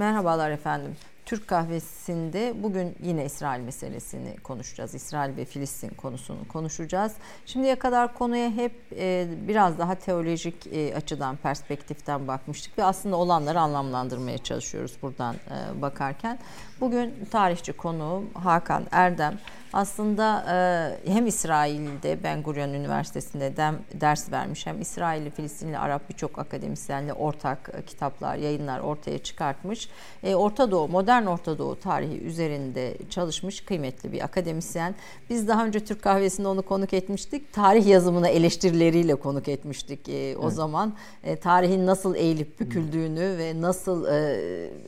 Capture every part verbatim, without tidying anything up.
Merhabalar efendim. Türk Kahvesi'nde bugün yine İsrail meselesini konuşacağız. İsrail ve Filistin konusunu konuşacağız. Şimdiye kadar konuya hep e, biraz daha teolojik e, açıdan, perspektiften bakmıştık ve aslında olanları anlamlandırmaya çalışıyoruz buradan e, bakarken. Bugün tarihçi konuğum Hakan Erdem. Aslında e, hem İsrail'de Ben Gurion Üniversitesi'nde dem, ders vermiş, hem İsrailli, Filistinli, Arap birçok akademisyenle ortak e, kitaplar, yayınlar ortaya çıkartmış. E, Orta Doğu, modern Orta Doğu tarihi üzerinde çalışmış kıymetli bir akademisyen. Biz daha önce Türk Kahvesi'nde onu konuk etmiştik. Tarih yazımına eleştirileriyle konuk etmiştik e, o evet. zaman. E, tarihin nasıl eğilip büküldüğünü hmm. ve nasıl E,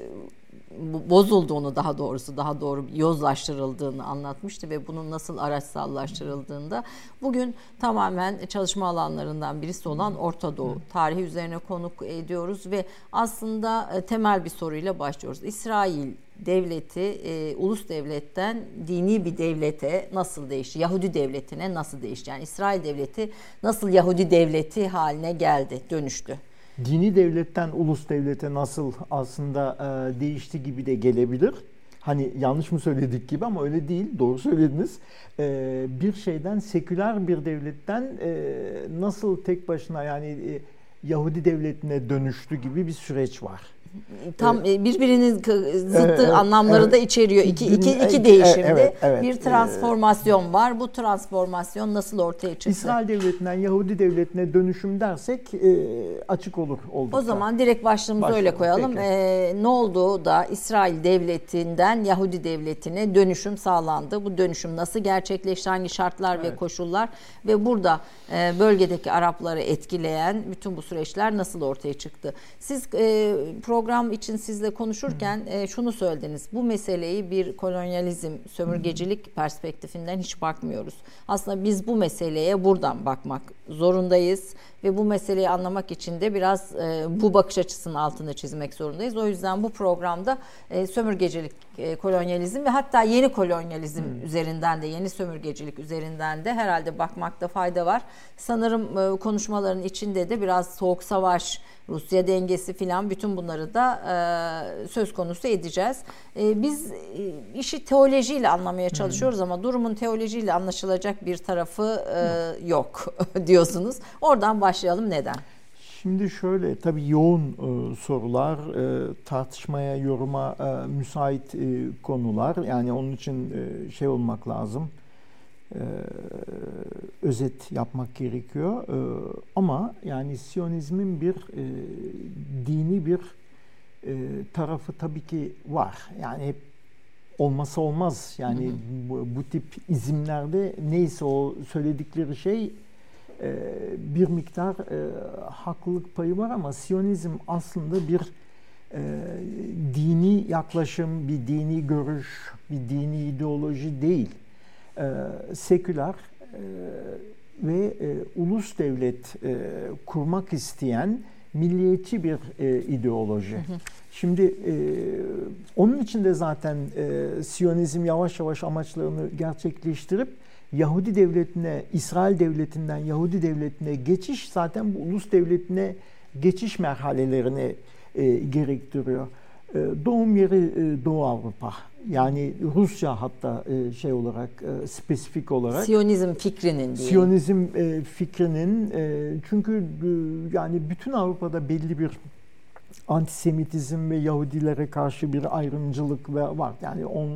bozulduğunu, daha doğrusu daha doğru yozlaştırıldığını anlatmıştı ve bunun nasıl araçsallaştırıldığını da bugün tamamen çalışma alanlarından birisi olan Orta Doğu tarihi üzerine konuk ediyoruz ve aslında temel bir soruyla başlıyoruz. İsrail devleti e, ulus devletten dini bir devlete nasıl değişti? Yahudi devletine nasıl değişti? Yani İsrail devleti nasıl Yahudi devleti haline geldi, dönüştü? Dini devletten ulus devlete nasıl aslında e, değişti gibi de gelebilir. Hani yanlış mı söyledik gibi ama öyle değil. Doğru söylediniz. E, bir şeyden, seküler bir devletten e, nasıl tek başına yani e, Yahudi devletine dönüştü gibi bir süreç var. Tam birbirinin zıttı evet, anlamları evet. da içeriyor. İki, iki, iki değişimde evet, evet. bir transformasyon var. Bu transformasyon nasıl ortaya çıktı? İsrail devletinden Yahudi devletine dönüşüm dersek açık olur oldukça. O zaman direkt başlığımızı Başlayalım. öyle koyalım. Ee, ne oldu da İsrail devletinden Yahudi devletine dönüşüm sağlandı? Bu dönüşüm nasıl gerçekleşti? Hangi şartlar evet. ve koşullar? Ve burada e, bölgedeki Arapları etkileyen bütün bu süreçler nasıl ortaya çıktı? Siz e, program için sizle konuşurken e, şunu söylediniz. Bu meseleyi bir kolonyalizm, sömürgecilik perspektifinden hiç bakmıyoruz. Aslında biz bu meseleye buradan bakmak zorundayız ve bu meseleyi anlamak için de biraz e, bu bakış açısının altını çizmek zorundayız. O yüzden bu programda e, sömürgecilik, e, kolonyalizm ve hatta yeni kolonyalizm hmm. üzerinden de, yeni sömürgecilik üzerinden de herhalde bakmakta fayda var. Sanırım e, konuşmaların içinde de biraz soğuk savaş, Rusya dengesi filan bütün bunları da e, söz konusu edeceğiz. E, biz e, işi teolojiyle anlamaya çalışıyoruz hmm. ama durumun teolojiyle anlaşılacak bir tarafı e, yok diyorsunuz. Oradan başlayalım. Neden? Şimdi şöyle, tabii yoğun e, sorular, e, tartışmaya, yoruma e, müsait e, konular. Yani onun için e, şey olmak lazım. Ee, özet yapmak gerekiyor ee, ama yani Siyonizmin bir e, dini bir e, tarafı tabii ki var. Yani hep olmazsa olmaz. Yani hı hı. Bu, bu tip izimlerde neyse o söyledikleri şey e, bir miktar e, haklılık payı var ama Siyonizm aslında bir e, dini yaklaşım, bir dini görüş, bir dini ideoloji değil. E, seküler e, ve e, ulus devlet e, kurmak isteyen milliyetçi bir e, ideoloji. Hı hı. Şimdi e, onun için de zaten e, Siyonizm yavaş yavaş amaçlarını gerçekleştirip Yahudi devletine, İsrail devletinden Yahudi devletine geçiş zaten bu ulus devletine geçiş merhalelerini e, gerektiriyor. E, doğum yeri e, Doğu Avrupa. Yani Rusya hatta e, şey olarak e, spesifik olarak Siyonizm fikrinin diyelim. Siyonizm e, fikrinin e, çünkü e, yani bütün Avrupa'da belli bir antisemitizm ve Yahudilere karşı bir ayrımcılık var. Yani on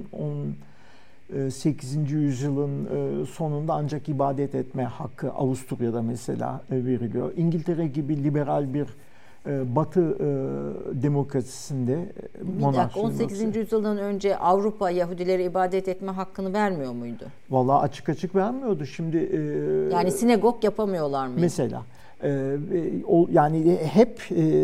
sekizinci yüzyılın e, sonunda ancak ibadet etme hakkı Avusturya'da mesela e, veriliyor. İngiltere gibi liberal bir Batı e, demokrasisinde bir dakika, on sekizinci yüzyıldan önce Avrupa Yahudilere ibadet etme hakkını vermiyor muydu? Vallahi açık açık vermiyordu. Şimdi e, yani sinagog yapamıyorlar mı? Mesela e, o yani hep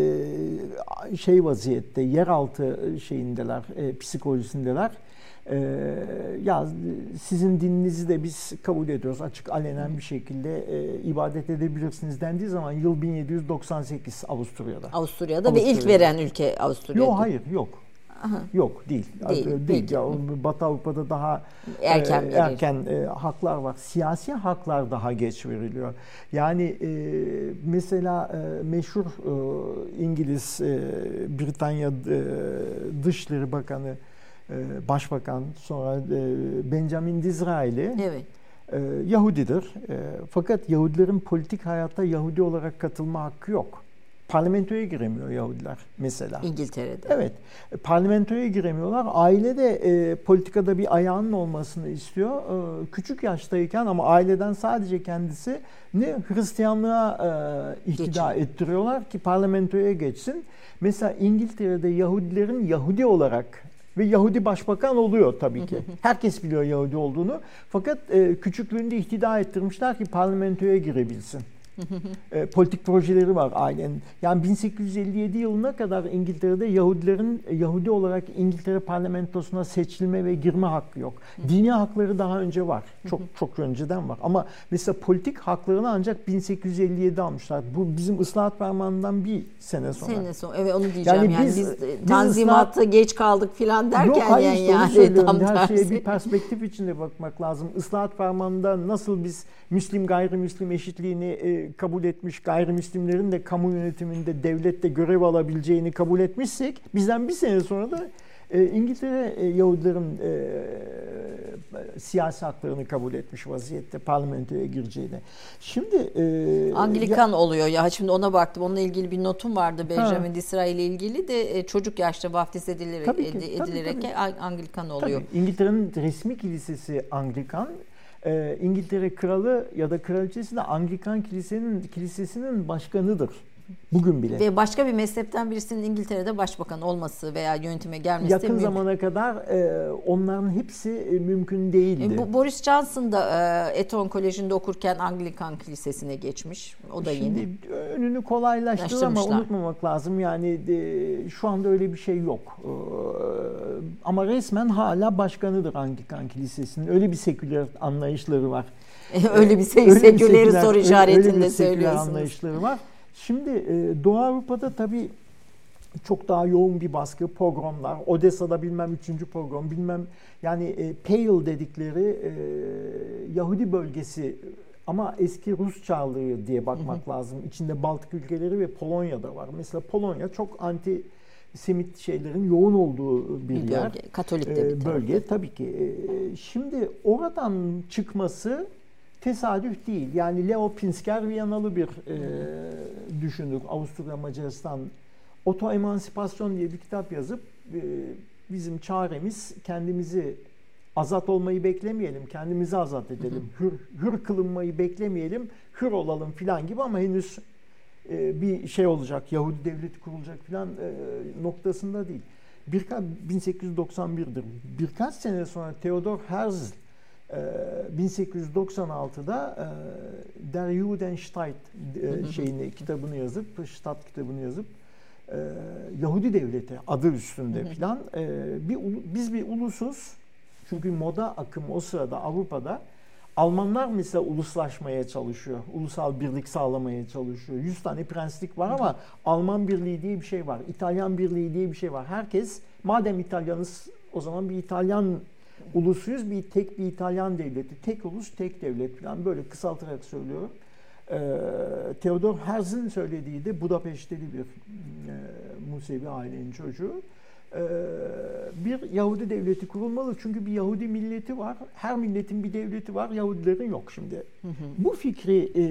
e, şey vaziyette yeraltı şeyindeler, e, psikolojisindeler. Ee, ya sizin dininizi de biz kabul ediyoruz açık alenen bir şekilde e, ibadet edebilirsiniz dendiği zaman yıl bin yedi yüz doksan sekiz Avusturya'da. Avusturya'da, Avusturya'da ve ilk veren ülke Avusturya. Yok hayır yok. Aha. Yok değil. Değil. değil. Peki. Ya, Batı Avrupa'da daha erken, e, erken e, haklar var. Siyasi haklar daha geç veriliyor. Yani e, mesela e, meşhur e, İngiliz e, Britanya e, Dışişleri Bakanı, e, Başbakan, sonra e, Benjamin Disraeli. Evet. E, Yahudidir. E, fakat Yahudilerin politik hayatta Yahudi olarak katılma hakkı yok. Parlamentoya giremiyor Yahudiler mesela. İngiltere'de. Evet. Parlamentoya giremiyorlar. Aile de e, politikada bir ayağının olmasını istiyor. E, küçük yaştayken ama aileden sadece kendisi ne Hristiyanlığa e, ihtida Geçin. ettiriyorlar ki parlamentoya geçsin. Mesela İngiltere'de Yahudilerin Yahudi olarak ve Yahudi başbakan oluyor tabii ki. Herkes biliyor Yahudi olduğunu. Fakat e, küçüklüğünde ihtida ettirmişler ki parlamentoya girebilsin. e, politik projeleri var ailenin. Yani bin sekiz yüz elli yedi yılına kadar İngiltere'de Yahudilerin Yahudi olarak İngiltere parlamentosuna seçilme ve girme hakkı yok. Dini hakları daha önce var. Çok çok önceden var. Ama mesela politik haklarını ancak bin sekiz yüz elli yedi almışlar. Bu bizim ıslahat fermanından bir sene sonra. Sene sonra. Evet onu diyeceğim. Yani, Yani biz, biz, biz biz Tanzimat'a ıslah... geç kaldık filan derken Yok, hayır, yani, işte onu yani söylüyorum. tam Her tersi. şeye bir perspektif içinde bakmak lazım. Islahat fermanında nasıl biz Müslim gayrimüslim eşitliğini e, kabul etmiş, gayrimüslimlerin de kamu yönetiminde devlette görev alabileceğini kabul etmişsek, bizden bir sene sonra da e, İngiltere e, Yahudilerin e, siyasi haklarını kabul etmiş vaziyette parlamentoya gireceğini. Şimdi e, Anglikan ya, oluyor ya. Şimdi ona baktım. Onunla ilgili bir notum vardı Benjamin Disraeli ile ilgili de e, çocuk yaşta vaftiz edilerek tabii ki, ed, tabii, edilerek tabii. Anglikan oluyor. Tabii, İngiltere'nin resmi kilisesi Anglikan. Ee, İngiltere kralı ya da kraliçesi de Anglikan kilisenin kilisesinin başkanıdır. Bugün bile. Ve başka bir mezhepten birisinin İngiltere'de başbakan olması veya yönetime gelmesi yakın de mümkün. zamana kadar e, onların hepsi e, mümkün değildi. E, bu Boris Johnson da e, Eton Koleji'nde okurken Anglikan Kilisesi'ne geçmiş. O da Şimdi yeni. önünü kolaylaştırdı ama unutmamak lazım. Yani de, şu anda öyle bir şey yok. E, ama resmen hala başkanıdır Anglikan Kilisesi'nin. Öyle bir seküler anlayışları var. öyle bir se- öyle seküleri seküler, soru işaretinde söylüyorsunuz. Anlayışları var. Şimdi e, Doğu Avrupa'da tabii çok daha yoğun bir baskı, pogromlar. Odessa'da bilmem üçüncü pogrom, bilmem yani e, Pale dedikleri e, Yahudi bölgesi ama eski Rus Çarlığı diye bakmak hı hı. lazım. İçinde Baltık ülkeleri ve Polonya'da var. Mesela Polonya çok anti Semit şeylerin yoğun olduğu bir, bir yer. Bölge, Katolik de bir bölge tarafı. Tabii ki. E, şimdi oradan çıkması tesadüf değil. Yani Leo Pinsker Viyanalı bir e, düşünür. Avusturya Macaristan Oto-Emansipasyon diye bir kitap yazıp e, bizim çaremiz kendimizi azat olmayı beklemeyelim, kendimizi azat edelim. Hı hı. Hür, hür kılınmayı beklemeyelim, hür olalım filan gibi ama henüz e, bir şey olacak, Yahudi devleti kurulacak filan e, noktasında değil. Birkaç bin sekiz yüz doksan bir'dir. Birkaç sene sonra Theodor Herzl bin sekiz yüz doksan altı'da Der Judenstaat şeyini kitabını yazıp, Staat kitabını yazıp Yahudi devleti adı üstünde filan bir biz bir ulusuz. Çünkü moda akımı o sırada Avrupa'da Almanlar mesela uluslaşmaya çalışıyor. Ulusal birlik sağlamaya çalışıyor. yüz tane prenslik var ama Alman birliği diye bir şey var. İtalyan birliği diye bir şey var. Herkes madem İtalyanız o zaman bir İtalyan ulusuyuz, bir tek bir İtalyan devleti, tek ulus, tek devlet falan böyle kısaltarak söylüyorum. Ee, Theodor Herzl'in söylediği de Budapeşteli bir e, Musevi ailenin çocuğu. Ee, bir Yahudi devleti kurulmalı çünkü bir Yahudi milleti var. Her milletin bir devleti var, Yahudilerin yok şimdi. Hı hı. Bu fikri e,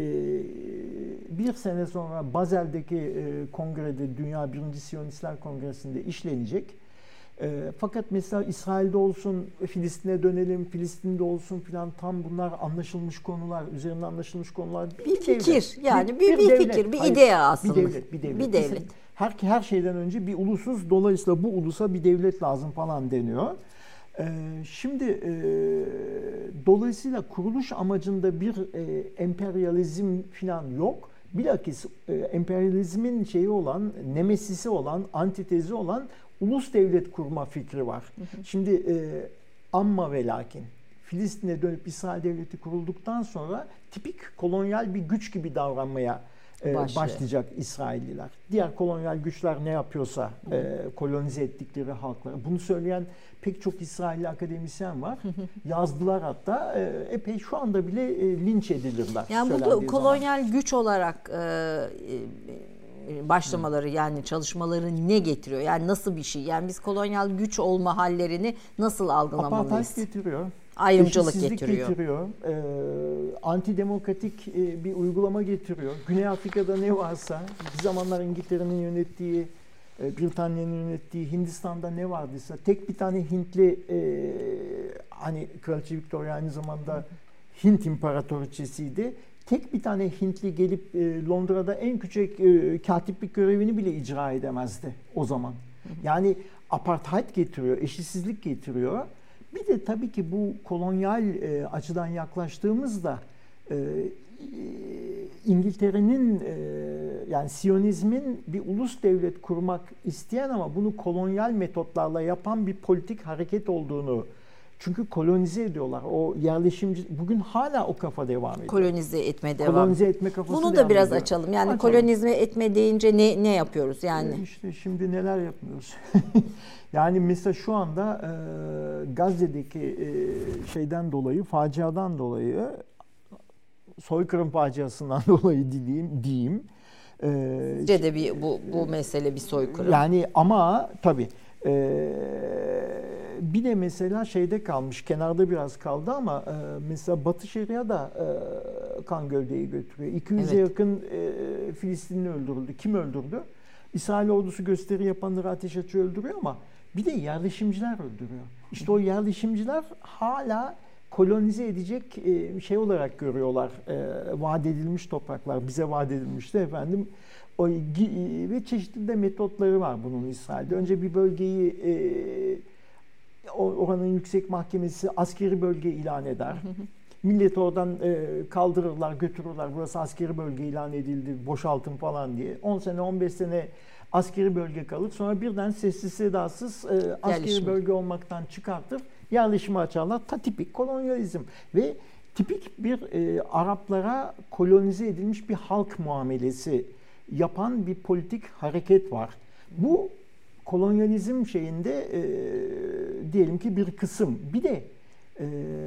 bir sene sonra Bazel'deki e, kongrede, Dünya Birinci Siyonistler Kongresi'nde işlenecek. E, fakat mesela İsrail'de olsun, Filistin'e dönelim, Filistin'de olsun filan tam bunlar anlaşılmış konular, üzerinde anlaşılmış konular. Bir, bir fikir devlet. yani bir, bir, bir fikir, bir Hayır, idea aslında. Bir devlet, bir devlet. Bir devlet. Her, her şeyden önce bir ulusuz, dolayısıyla bu ulusa bir devlet lazım falan deniyor. Ee, şimdi e, dolayısıyla kuruluş amacında bir e, emperyalizm falan yok. Bilakis e, emperyalizmin şeyi olan, nemesisi olan, antitezi olan ulus devlet kurma fikri var. Hı hı. Şimdi e, amma ve lakin Filistin'e dönüp İsrail devleti kurulduktan sonra tipik kolonyal bir güç gibi davranmaya e, başlayacak İsrailliler. Diğer kolonyal güçler ne yapıyorsa e, kolonize ettikleri halklara. Bunu söyleyen pek çok İsrailli akademisyen var. Yazdılar hatta. E, epey şu anda bile e, linç edilirler. Yani bu kolonyal zaman. güç olarak e, e, başlamaları Hı. yani çalışmaları ne getiriyor? Yani nasıl bir şey? Yani biz kolonyal güç olma hallerini nasıl algılamalıyız? Apartheid getiriyor. Ayrımcılık getiriyor. getiriyor. E, antidemokratik e, bir uygulama getiriyor. Güney Afrika'da ne varsa, bir zamanlar İngiltere'nin yönettiği, e, Britanya'nın yönettiği, Hindistan'da ne vardıysa, tek bir tane Hintli, e, hani Kraliçe Victoria aynı zamanda Hint İmparatoriçesiydi. Tek bir tane Hintli gelip e, Londra'da en küçük e, katiplik görevini bile icra edemezdi o zaman. Yani apartheid getiriyor, eşitsizlik getiriyor. Bir de tabii ki bu kolonyal e, açıdan yaklaştığımızda e, İngiltere'nin e, yani Siyonizmin bir ulus devlet kurmak isteyen ama bunu kolonyal metotlarla yapan bir politik hareket olduğunu, çünkü kolonize ediyorlar. O yerleşimci bugün hala o kafa devam ediyor. Kolonize etme devam. Kolonize etme kafası Bunu da devam biraz ediyor. açalım. Yani açalım. Kolonize etme deyince ne ne yapıyoruz yani? E işte şimdi neler yapmıyoruz. Yani mesela şu anda e, Gazze'deki e, şeyden dolayı, faciadan dolayı, soykırım faciasından dolayı diyeyim, diyeyim. E, Sizce de bir bu bu mesele bir soykırım. Yani ama tabii e, bir de mesela şeyde kalmış, kenarda biraz kaldı ama e, mesela Batı Şeria da e, kan gövdeyi götürüyor. iki yüze evet. yakın e, Filistinli öldürüldü. Kim öldürdü? İsrail ordusu gösteri yapanları ateş açıyor, öldürüyor ama bir de yerleşimciler öldürüyor. İşte o yerleşimciler hala kolonize edecek e, şey olarak görüyorlar. E, vaat edilmiş topraklar bize vaat edilmişti efendim. O, ve çeşitli de metotları var bunun İsrail'de. Önce bir bölgeyi e, oranın yüksek mahkemesi askeri bölge ilan eder. Milleti oradan e, kaldırırlar, götürürler. Burası askeri bölge ilan edildi, boşaltın falan diye. on sene, on beş sene askeri bölge kalır. Sonra birden sessiz sedasız e, askeri yerleşim. bölge olmaktan çıkartır. Yerleşimi açarlar. Ta tipik kolonyalizm. Ve tipik bir e, Araplara kolonize edilmiş bir halk muamelesi yapan bir politik hareket var. Bu kolonyalizm şeyinde e, diyelim ki bir kısım. Bir de e,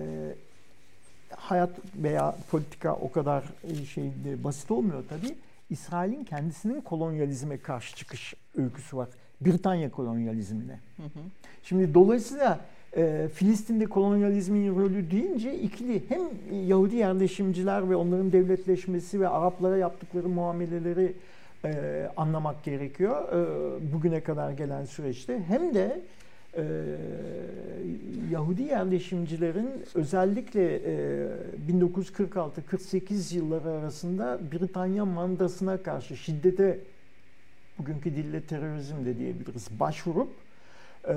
hayat veya politika o kadar şey basit olmuyor tabii. İsrail'in kendisinin kolonyalizme karşı çıkış öyküsü var. Britanya kolonyalizmine. Hı hı. Şimdi dolayısıyla e, Filistin'de kolonyalizmin rolü deyince ikili, hem Yahudi yerleşimciler ve onların devletleşmesi ve Araplara yaptıkları muameleleri e, anlamak gerekiyor e, bugüne kadar gelen süreçte, hem de Ee, Yahudi yerleşimcilerin özellikle e, bin dokuz yüz kırk altı kırk sekiz yılları arasında Britanya mandasına karşı şiddete, bugünkü dille terörizm de diyebiliriz, başvurup e,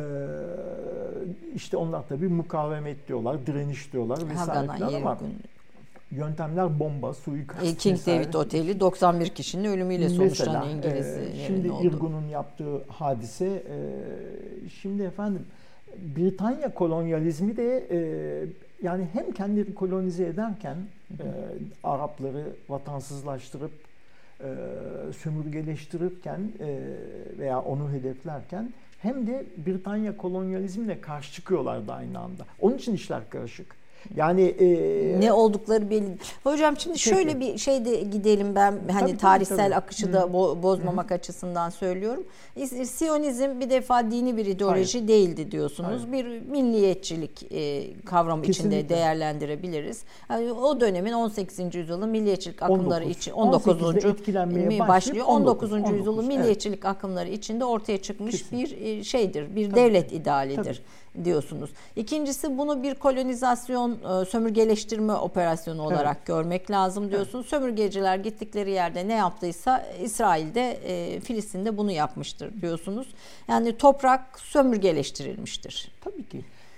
işte onlar tabii mukavemet diyorlar, direniş diyorlar vesaire ama yöntemler bomba, suikast. King David Oteli doksan bir kişinin ölümüyle sonuçlanan İngilizlerin e, şimdi oldu. İrgun'un yaptığı hadise. E, şimdi efendim Britanya kolonyalizmi de e, yani hem kendini kolonize ederken e, Arapları vatansızlaştırıp e, sömürgeleştirirken e, veya onu hedeflerken, hem de Britanya kolonyalizmine karşı çıkıyorlardı aynı anda. Onun için işler karışık. Yani e, ne oldukları belli. Hocam şimdi peki. Şöyle bir şeyde gidelim, ben hani tabii, tarihsel tabii. akışı da bo- bozmamak Hı. açısından söylüyorum. Siyonizm bir defa dini bir ideoloji Hayır. değildi diyorsunuz. Hayır. Bir milliyetçilik e, kavramı Kesinlikle. içinde değerlendirebiliriz. Yani o dönemin on sekizinci yüzyılın milliyetçilik akımları on dokuz için on dokuzuncu etkilenmeye başlıyor. on dokuzuncu yüzyılın milliyetçilik evet. akımları içinde ortaya çıkmış Kesinlikle. bir şeydir. Bir tabii. devlet idealidir. Tabii. diyorsunuz. İkincisi, bunu bir kolonizasyon, sömürgeleştirme operasyonu olarak evet. görmek lazım diyorsunuz. Evet. Sömürgeciler gittikleri yerde ne yaptıysa İsrail'de, Filistin'de bunu yapmıştır diyorsunuz. Yani toprak sömürgeleştirilmiştir. Tabii ki.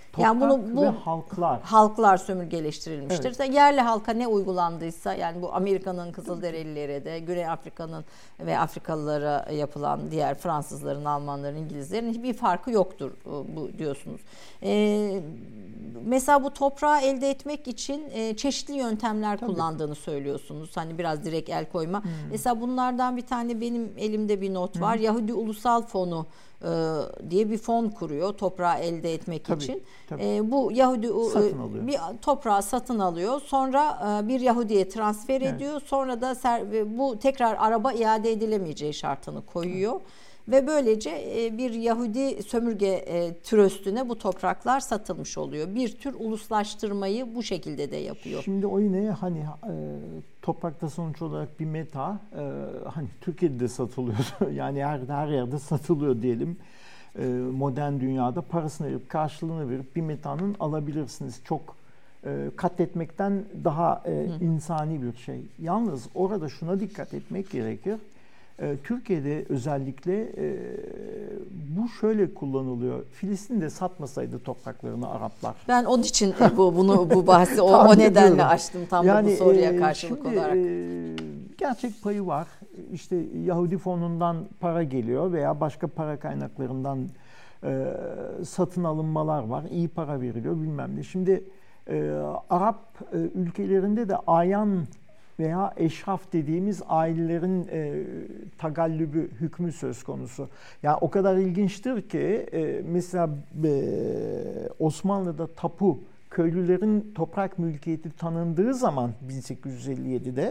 Toprak yani bunu bu ve halklar halklar sömürgeleştirilmiştir. Evet. Yerli halka ne uygulandıysa, yani bu Amerika'nın Kızılderililere de, Güney Afrika'nın ve Afrikalılara yapılan, diğer Fransızların, Almanların, İngilizlerin hiçbir farkı yoktur bu diyorsunuz. Ee, mesela bu toprağı elde etmek için e, çeşitli yöntemler Tabii. kullandığını söylüyorsunuz. Hani biraz direkt el koyma. Hmm. Mesela bunlardan bir tane benim elimde bir not var. Hmm. Yahudi Ulusal Fonu e, diye bir fon kuruyor toprağı elde etmek tabii, için. Tabii. E, bu Yahudi e, bir toprağı satın alıyor. Sonra e, bir Yahudi'ye transfer evet. ediyor. Sonra da ser, bu tekrar araba iade edilemeyeceği şartını koyuyor. Evet. Ve böylece bir Yahudi sömürge tröstüne bu topraklar satılmış oluyor. Bir tür uluslaştırmayı bu şekilde de yapıyor. Şimdi o yine hani e, toprakta sonuç olarak bir meta, e, hani Türkiye'de de satılıyor. Yani her, her yerde satılıyor diyelim. E, modern dünyada parasını verip, karşılığını verip bir metanın alabilirsiniz. Çok e, katletmekten daha e, insani bir şey. Yalnız orada şuna dikkat etmek gerekir. Türkiye'de özellikle e, bu şöyle kullanılıyor. Filistin de satmasaydı topraklarını Araplar. Ben onun için bu bunu bu bahsi o, o nedenle açtım tam yani, da bu soruya e, karşılık şimdi, olarak. E, gerçek payı var. İşte Yahudi fonundan para geliyor veya başka para kaynaklarından e, satın alınmalar var. İyi para veriliyor bilmem ne. Şimdi e, Arap e, ülkelerinde de ayan veya eşraf dediğimiz ailelerin e, tagallübü hükmü söz konusu. Yani o kadar ilginçtir ki e, mesela e, Osmanlı'da tapu, köylülerin toprak mülkiyeti tanındığı zaman bin sekiz yüz elli yedi'de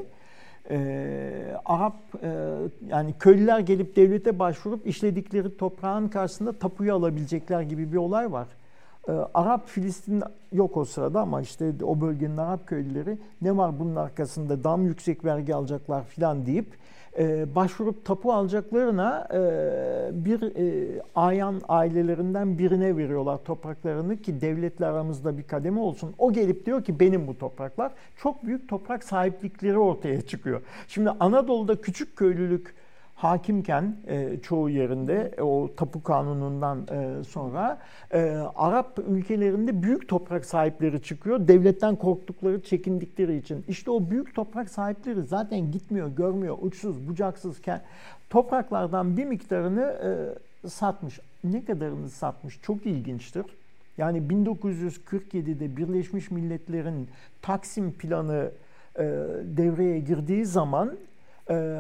e, Arap e, yani köylüler gelip devlete başvurup işledikleri toprağın karşısında tapuyu alabilecekler gibi bir olay var. Arap, Filistin yok o sırada ama işte o bölgenin Arap köylüleri ne var bunun arkasında, daha mı yüksek vergi alacaklar filan deyip e, başvurup tapu alacaklarına e, bir e, ayan ailelerinden birine veriyorlar topraklarını ki devletle aramızda bir kademe olsun. O gelip diyor ki benim bu topraklar. Çok büyük toprak sahiplikleri ortaya çıkıyor. Şimdi Anadolu'da küçük köylülük hakimken e, çoğu yerinde e, o tapu kanunundan e, sonra e, Arap ülkelerinde büyük toprak sahipleri çıkıyor. Devletten korktukları, çekindikleri için. İşte o büyük toprak sahipleri zaten gitmiyor, görmüyor, uçsuz, bucaksızken topraklardan bir miktarını e, satmış. Ne kadarını satmış? Çok ilginçtir. Yani bin dokuz yüz kırk yedi'de Birleşmiş Milletler'in Taksim planı e, devreye girdiği zaman e,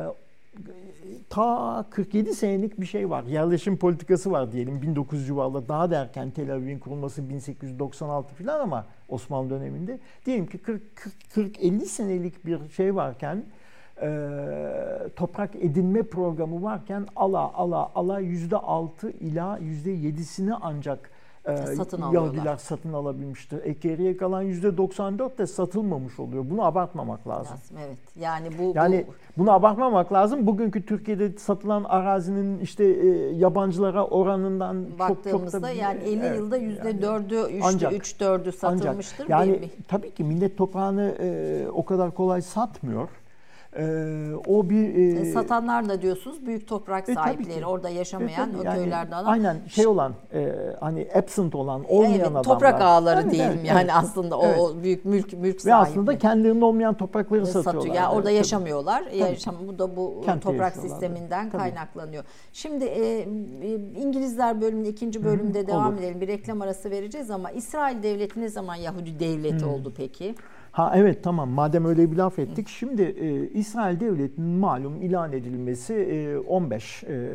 ta kırk yedi senelik bir şey var. Yerleşim politikası var diyelim bin dokuz yüz civarında. Daha da erken Tel Aviv'in kurulması bin sekiz yüz doksan altı falan ama Osmanlı döneminde. Diyelim ki kırk elli senelik bir şey varken, e, toprak edinme programı varken ala ala ala yüzde altı ila yüzde yedi'sini ancak Satın Yahudiler satın alabilmiştir. E, geriye kalan yüzde doksan dört de satılmamış oluyor. Bunu abartmamak lazım. lazım evet. Yani bu yani bu... bunu abartmamak lazım. Bugünkü Türkiye'de satılan arazinin işte e, yabancılara oranından çok çok da yani elli evet, yılda yüzde dördü, yani, üç dördü satılmıştır. Ancak, yani tabii ki millet toprağını e, o kadar kolay satmıyor. Ee, o bir e, satanlar da diyorsunuz büyük toprak sahipleri, e, orada yaşamayan e, o yani, köylerden alan. Aynen şey olan e, hani absent olan, olmayan evet, adamlar. Toprak ağaları evet, diyelim evet, yani evet. aslında evet. o büyük mülk mülk sahibi. Ve aslında kendilerinin olmayan toprakları satıyorlar. Satıyor. Yani orada evet, yaşamıyorlar. Tabii. Yaşam bu da bu Kente toprak sisteminden tabii. kaynaklanıyor. Şimdi e, İngilizler bölümünün ikinci bölümünde Hı, devam olur. edelim. Bir reklam arası vereceğiz ama İsrail devleti ne zaman Yahudi devleti Hı. oldu peki? Ha evet tamam madem öyle bir laf ettik. Şimdi e, İsrail Devleti'nin malum ilan edilmesi e, on beş e,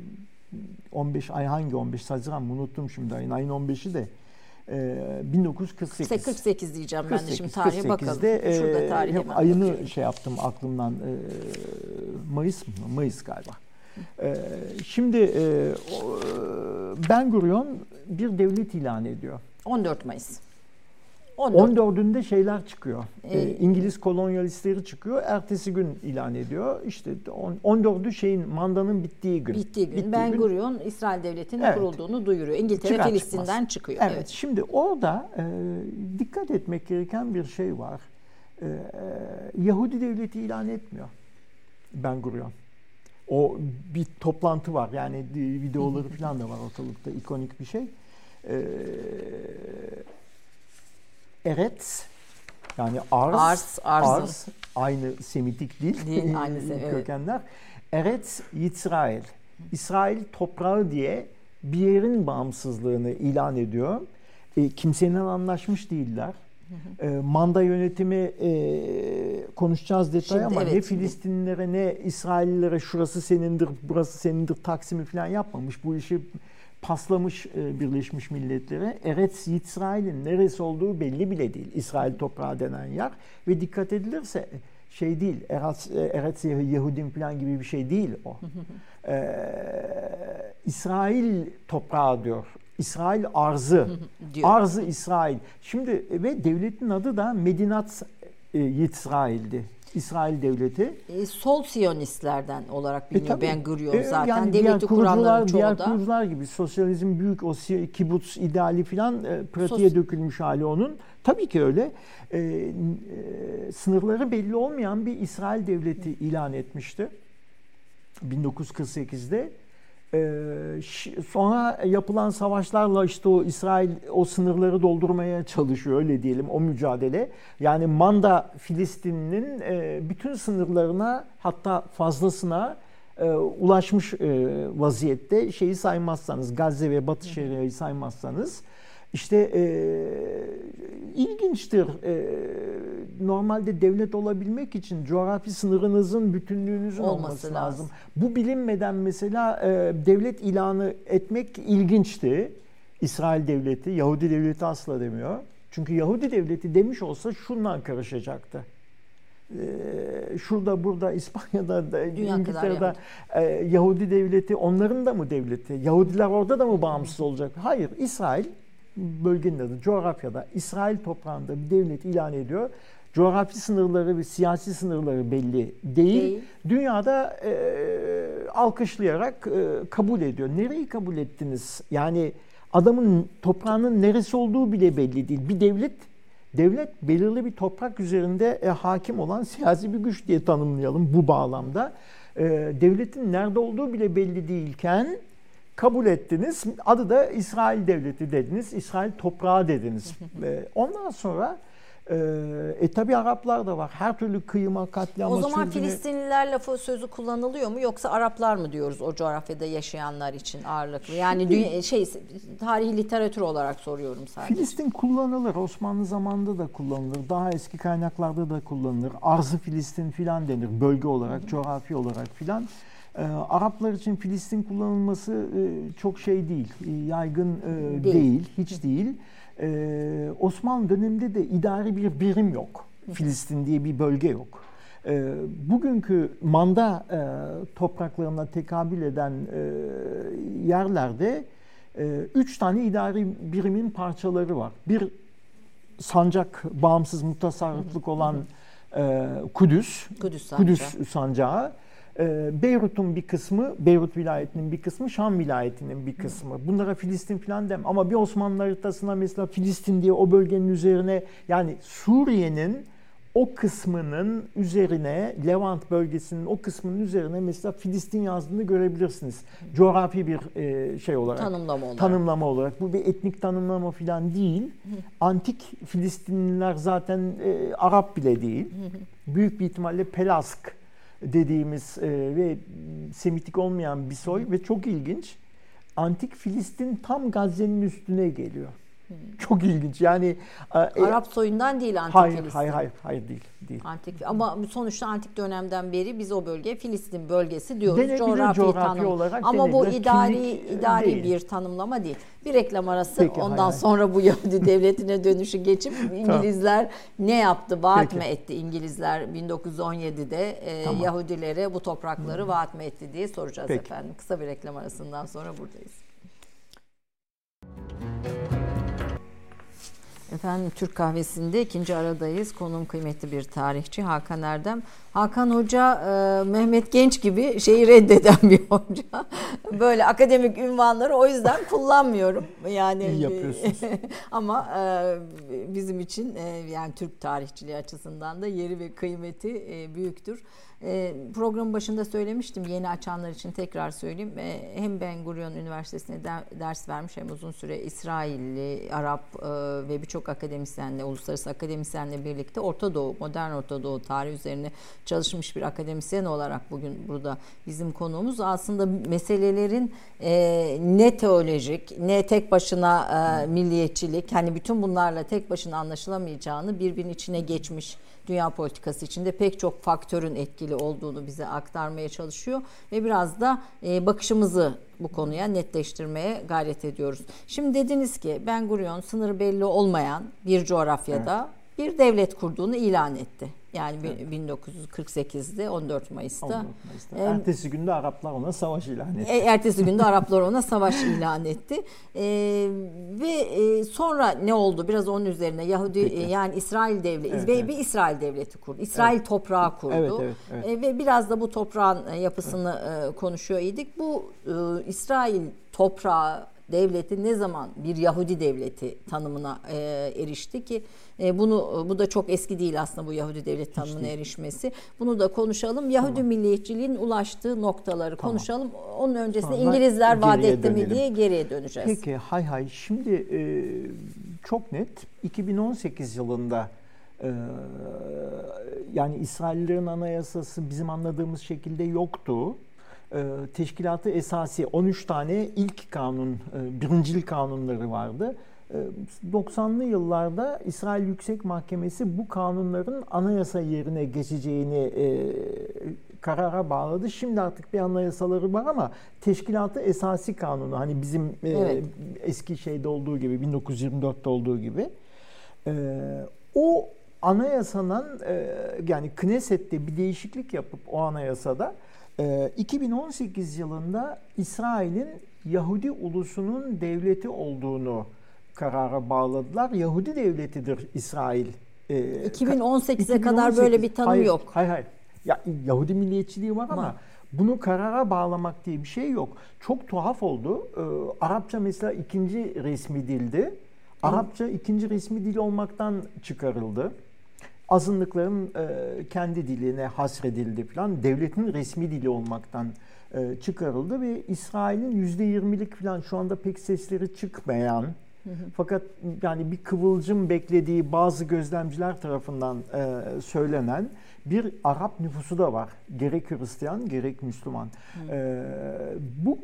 on beş ay hangi on beş Haziran unuttum şimdi ayın ayın on beşi de e, bin dokuz yüz kırk sekiz. kırk sekiz diyeceğim ben de şimdi tarihe bakalım. E, Şurada tarihe hep ayını bakıyorum. Şey yaptım aklımdan e, Mayıs mı? Mayıs galiba. E, şimdi e, Ben Gurion bir devlet ilan ediyor. on dört Mayıs. on dördünde şeyler çıkıyor. Ee, İngiliz kolonyalistleri çıkıyor. Ertesi gün ilan ediyor. İşte on dördü şeyin mandanın bittiği gün. Bittiği gün. Bittiği Ben Gurion İsrail Devleti'nin evet. kurulduğunu duyuruyor. İngiltere Çıkar Filistin'den çıkmaz. çıkıyor. Evet. evet. Şimdi orada e, dikkat etmek gereken bir şey var. E, Yahudi Devleti ilan etmiyor Ben Gurion. O bir toplantı var. Yani videoları falan da var ortalıkta. İkonik bir şey. Ee, Eretz, yani arz, arz, arzın. arz aynı Semitik dil, Değil, aynı kökenler. Evet. Eretz Yisrael, İsrail toprağı diye bir yerin bağımsızlığını ilan ediyor. E, kimsenin anlaşmış değiller. Hı hı. E, manda yönetimi e, konuşacağız detay ama evet, ne Filistinlilere ne İsraillilere şurası senindir, burası senindir taksimi falan yapmamış. Bu işi paslamış e, Birleşmiş Milletler'e. Eretz Yisrail'in neresi olduğu belli bile değil. İsrail toprağı denen yer. Ve dikkat edilirse şey değil, Eretz, Eretz Yahudim falan gibi bir şey değil o. ee, İsrail toprağı diyor. İsrail arzı. Arzı İsrail. Şimdi ve devletin adı da Medinat e, Yisrail'di. İsrail devleti. E, sol Siyonistlerden olarak biliniyor. E, Ben Gurion e, zaten. Yani devleti kuranların çoğu diğer da. Diğer kurucular gibi sosyalizm büyük o kibuts ideali falan e, pratiğe Sos- dökülmüş hali onun. Tabii ki öyle. E, e, sınırları belli olmayan bir İsrail devleti ilan etmişti. bin dokuz yüz kırk sekizde. Ee, sonra yapılan savaşlarla işte o İsrail o sınırları doldurmaya çalışıyor, öyle diyelim, o mücadele. Yani Manda Filistin'in e, bütün sınırlarına, hatta fazlasına e, ulaşmış e, vaziyette, şeyi saymazsanız, Gazze ve Batı Şeria'yı saymazsanız. İşte e, ilginçtir. E, normalde devlet olabilmek için coğrafi sınırınızın, bütünlüğünüzün olması, olması lazım. lazım. Bu bilinmeden mesela e, devlet ilanı etmek ilginçti. İsrail devleti, Yahudi devleti asla demiyor. Çünkü Yahudi devleti demiş olsa şundan karışacaktı. E, şurada, burada, İspanya'da, da, İngiltere'de e, Yahudi devleti, onların da mı devleti? Yahudiler orada da mı bağımsız olacak? Hayır, İsrail bölgenin adı, coğrafyada İsrail toprağında bir devlet ilan ediyor. Coğrafi sınırları ve siyasi sınırları belli değil. değil. Dünyada e, alkışlayarak e, kabul ediyor. Nereyi kabul ettiniz? Yani adamın toprağının neresi olduğu bile belli değil. Bir devlet, devlet belirli bir toprak üzerinde e, hakim olan siyasi bir güç diye tanımlayalım bu bağlamda. E, devletin nerede olduğu bile belli değilken kabul ettiniz. Adı da İsrail Devleti dediniz. İsrail toprağı dediniz. Ondan sonra e, e tabi Araplar da var. Her türlü kıyıma, katliama. O zaman sözüne... Filistinliler lafı sözü kullanılıyor mu, yoksa Araplar mı diyoruz o coğrafyada yaşayanlar için ağırlıklı? Yani Şimdi, dünya, şey tarihi literatür olarak soruyorum sadece. Filistin kullanılır. Osmanlı zamanında da kullanılır. Daha eski kaynaklarda da kullanılır. Arz-ı Filistin filan denir. Bölge olarak, Hı. coğrafi olarak filan. Ee, Araplar için Filistin kullanılması e, çok şey değil, yaygın e, değil. değil, hiç değil. Ee, Osmanlı döneminde de idari bir birim yok. Filistin diye bir bölge yok. Ee, bugünkü Manda e, topraklarına tekabül eden e, yerlerde e, üç tane idari birimin parçaları var. Bir sancak, bağımsız mutasarrıflık olan e, Kudüs, Kudüs sancağı. Kudüs sancağı. Beyrut'un bir kısmı, Beyrut vilayetinin bir kısmı, Şam vilayetinin bir kısmı. Bunlara Filistin falan dem. Ama bir Osmanlı haritasına mesela Filistin diye o bölgenin üzerine, yani Suriye'nin o kısmının üzerine, Levant bölgesinin o kısmının üzerine mesela Filistin yazdığını görebilirsiniz. Coğrafi bir şey olarak. Tanımlama olarak. Tanımlama olarak. Bu bir etnik tanımlama falan değil. Antik Filistinliler zaten e, Arap bile değil. Büyük bir ihtimalle Pelask dediğimiz e, ve Semitik olmayan bir soy ve çok ilginç. Antik Filistin tam Gazze'nin üstüne geliyor. Hmm. Çok ilginç. Yani Arap e, soyundan değil antik hayır, Filistin. Hayır, hayır, hayır değil, değil. Antik, ama sonuçta antik dönemden beri biz o bölgeye Filistin bölgesi diyoruz. Denebilir, coğrafi, coğrafi tanım. Olarak ama denebilir. Bu idari Kimlik idari değil. Bir tanımlama değil. Bir reklam arası. Peki, ondan hayır, sonra hayır. Bu Yahudi devletine dönüşü geçip İngilizler ne yaptı? Vaat mı etti İngilizler bin dokuz yüz on yedide e, tamam. Yahudilere bu toprakları hmm. vaat mı etti diye soracağız Peki. efendim. Kısa bir reklam arasından sonra buradayız. Efendim, Türk Kahvesi'nde ikinci aradayız. Konuğum kıymetli bir tarihçi Hakan Erdem. Hakan Hoca e, Mehmet Genç gibi şeyi reddeden bir hoca. Böyle akademik ünvanları o yüzden kullanmıyorum. Yani İyi yapıyorsunuz. Ama e, bizim için e, yani Türk tarihçiliği açısından da yeri ve kıymeti e, büyüktür. E, programın başında söylemiştim, yeni açanlar için tekrar söyleyeyim. E, hem Ben Gurion Üniversitesi'ne de, ders vermiş, hem uzun süre İsrailli, Arap e, ve birçok akademisyenle, uluslararası akademisyenle birlikte Orta Doğu, modern Orta Doğu tarihi üzerine çalışmış bir akademisyen olarak bugün burada bizim konuğumuz. Aslında meselelerin e, ne teolojik, ne tek başına e, milliyetçilik, hani bütün bunlarla tek başına anlaşılamayacağını, birbirinin içine geçmiş dünya politikası içinde pek çok faktörün etkili olduğunu bize aktarmaya çalışıyor ve biraz da e, bakışımızı bu konuya netleştirmeye gayret ediyoruz. Şimdi dediniz ki Ben Gurion sınırı belli olmayan bir coğrafyada evet. bir devlet kurduğunu ilan etti. Yani evet. bin dokuz yüz kırk sekizde on dört Mayıs'ta. on dört Mayıs'ta. E, ertesi günde Araplar ona savaş ilan etti. E, ertesi günde Araplar ona savaş ilan etti. E, ve e, sonra ne oldu? Biraz onun üzerine Yahudi e, yani İsrail devleti evet, ve evet. bir İsrail devleti kurdu. İsrail evet. toprağı kurdu. Evet, evet, evet. E, ve biraz da bu toprağın yapısını evet. e, konuşuyor idik. Bu e, İsrail toprağı devleti ne zaman bir Yahudi devleti tanımına e, erişti ki e, bunu bu da çok eski değil aslında, bu Yahudi devleti tanımına işte. erişmesi. Bunu da konuşalım. Yahudi tamam. milliyetçiliğin ulaştığı noktaları tamam. konuşalım. Onun öncesinde tamam. İngilizler vaat etti mi diye geriye döneceğiz. Peki hay hay. Şimdi e, çok net iki bin on sekiz yılında e, yani İsraillerin anayasası bizim anladığımız şekilde yoktu. Teşkilat-ı Esasi on üç tane ilk kanun, birincil kanunları vardı. doksanlı yıllarda İsrail Yüksek Mahkemesi bu kanunların anayasa yerine geçeceğini karara bağladı. Şimdi artık bir anayasaları var ama Teşkilat-ı Esasi Kanunu, hani bizim evet. eski şeyde olduğu gibi, bin dokuz yüz yirmi dörtte olduğu gibi, o anayasanın yani Knesset'te bir değişiklik yapıp o anayasada iki bin on sekiz yılında İsrail'in Yahudi ulusunun devleti olduğunu karara bağladılar. Yahudi devletidir İsrail. iki bin on sekize iki bin on sekiz, kadar böyle bir tanım hayır, yok. Hayır hayır. Ya, Yahudi milliyetçiliği var ama bunu karara bağlamak diye bir şey yok. Çok tuhaf oldu. Ee, Arapça mesela ikinci resmi dildi. Arapça ikinci resmi dil olmaktan çıkarıldı. Azınlıkların e, kendi diline hasredildi falan. Devletin resmi dili olmaktan e, çıkarıldı ve İsrail'in yüzde yirmilik falan şu anda pek sesleri çıkmayan, hı hı. fakat yani bir kıvılcım beklediği bazı gözlemciler tarafından e, söylenen bir Arap nüfusu da var. Gerek Hristiyan gerek Müslüman. E, bu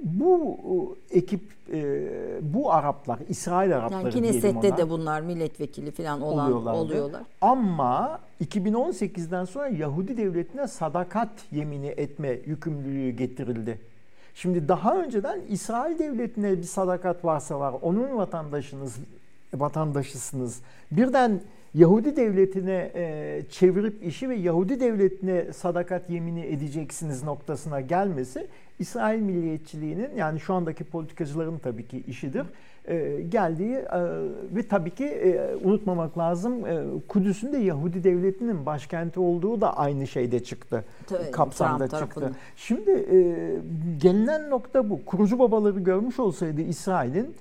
bu ekip, e, bu Araplar, İsrail Arapları yani diyelim ona. Knesset'te de bunlar milletvekili falan olan oluyorlardı. oluyorlar. Ama iki bin on sekizden sonra Yahudi devletine sadakat yemini etme yükümlülüğü getirildi. Şimdi daha önceden İsrail devletine bir sadakat varsa var, onun vatandaşınız, vatandaşısınız. Birden Yahudi devletine e, çevirip işi ve Yahudi devletine sadakat yemini edeceksiniz noktasına gelmesi İsrail milliyetçiliğinin, yani şu andaki politikacıların tabii ki işidir. E, geldiği e, ve tabii ki e, unutmamak lazım, e, Kudüs'ün de Yahudi devletinin başkenti olduğu da aynı şeyde çıktı. Tabii, kapsamda çıktı. Tarafında. Şimdi e, gelinen nokta bu. Kurucu babaları görmüş olsaydı İsrail'in,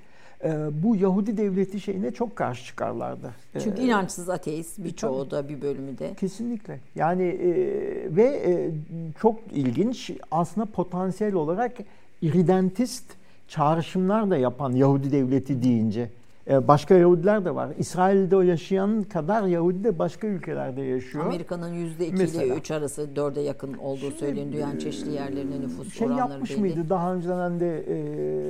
bu Yahudi devleti şeyine çok karşı çıkarlardı. Çünkü ee, inançsız ateist birçoğu da, bir bölümü de. Kesinlikle. Yani e, ve e, çok ilginç, aslında potansiyel olarak iridentist çağrışımlar da yapan Yahudi devleti deyince. E, başka Yahudiler de var. İsrail'de o yaşayan kadar Yahudi de başka ülkelerde yaşıyor. Amerika'nın yüzde iki ile üç arası dörde yakın olduğu Şimdi, söyleniyor. Dünyanın çeşitli yerlerine nüfus şey oranları yapmış belli. Mıydı daha önceden de e,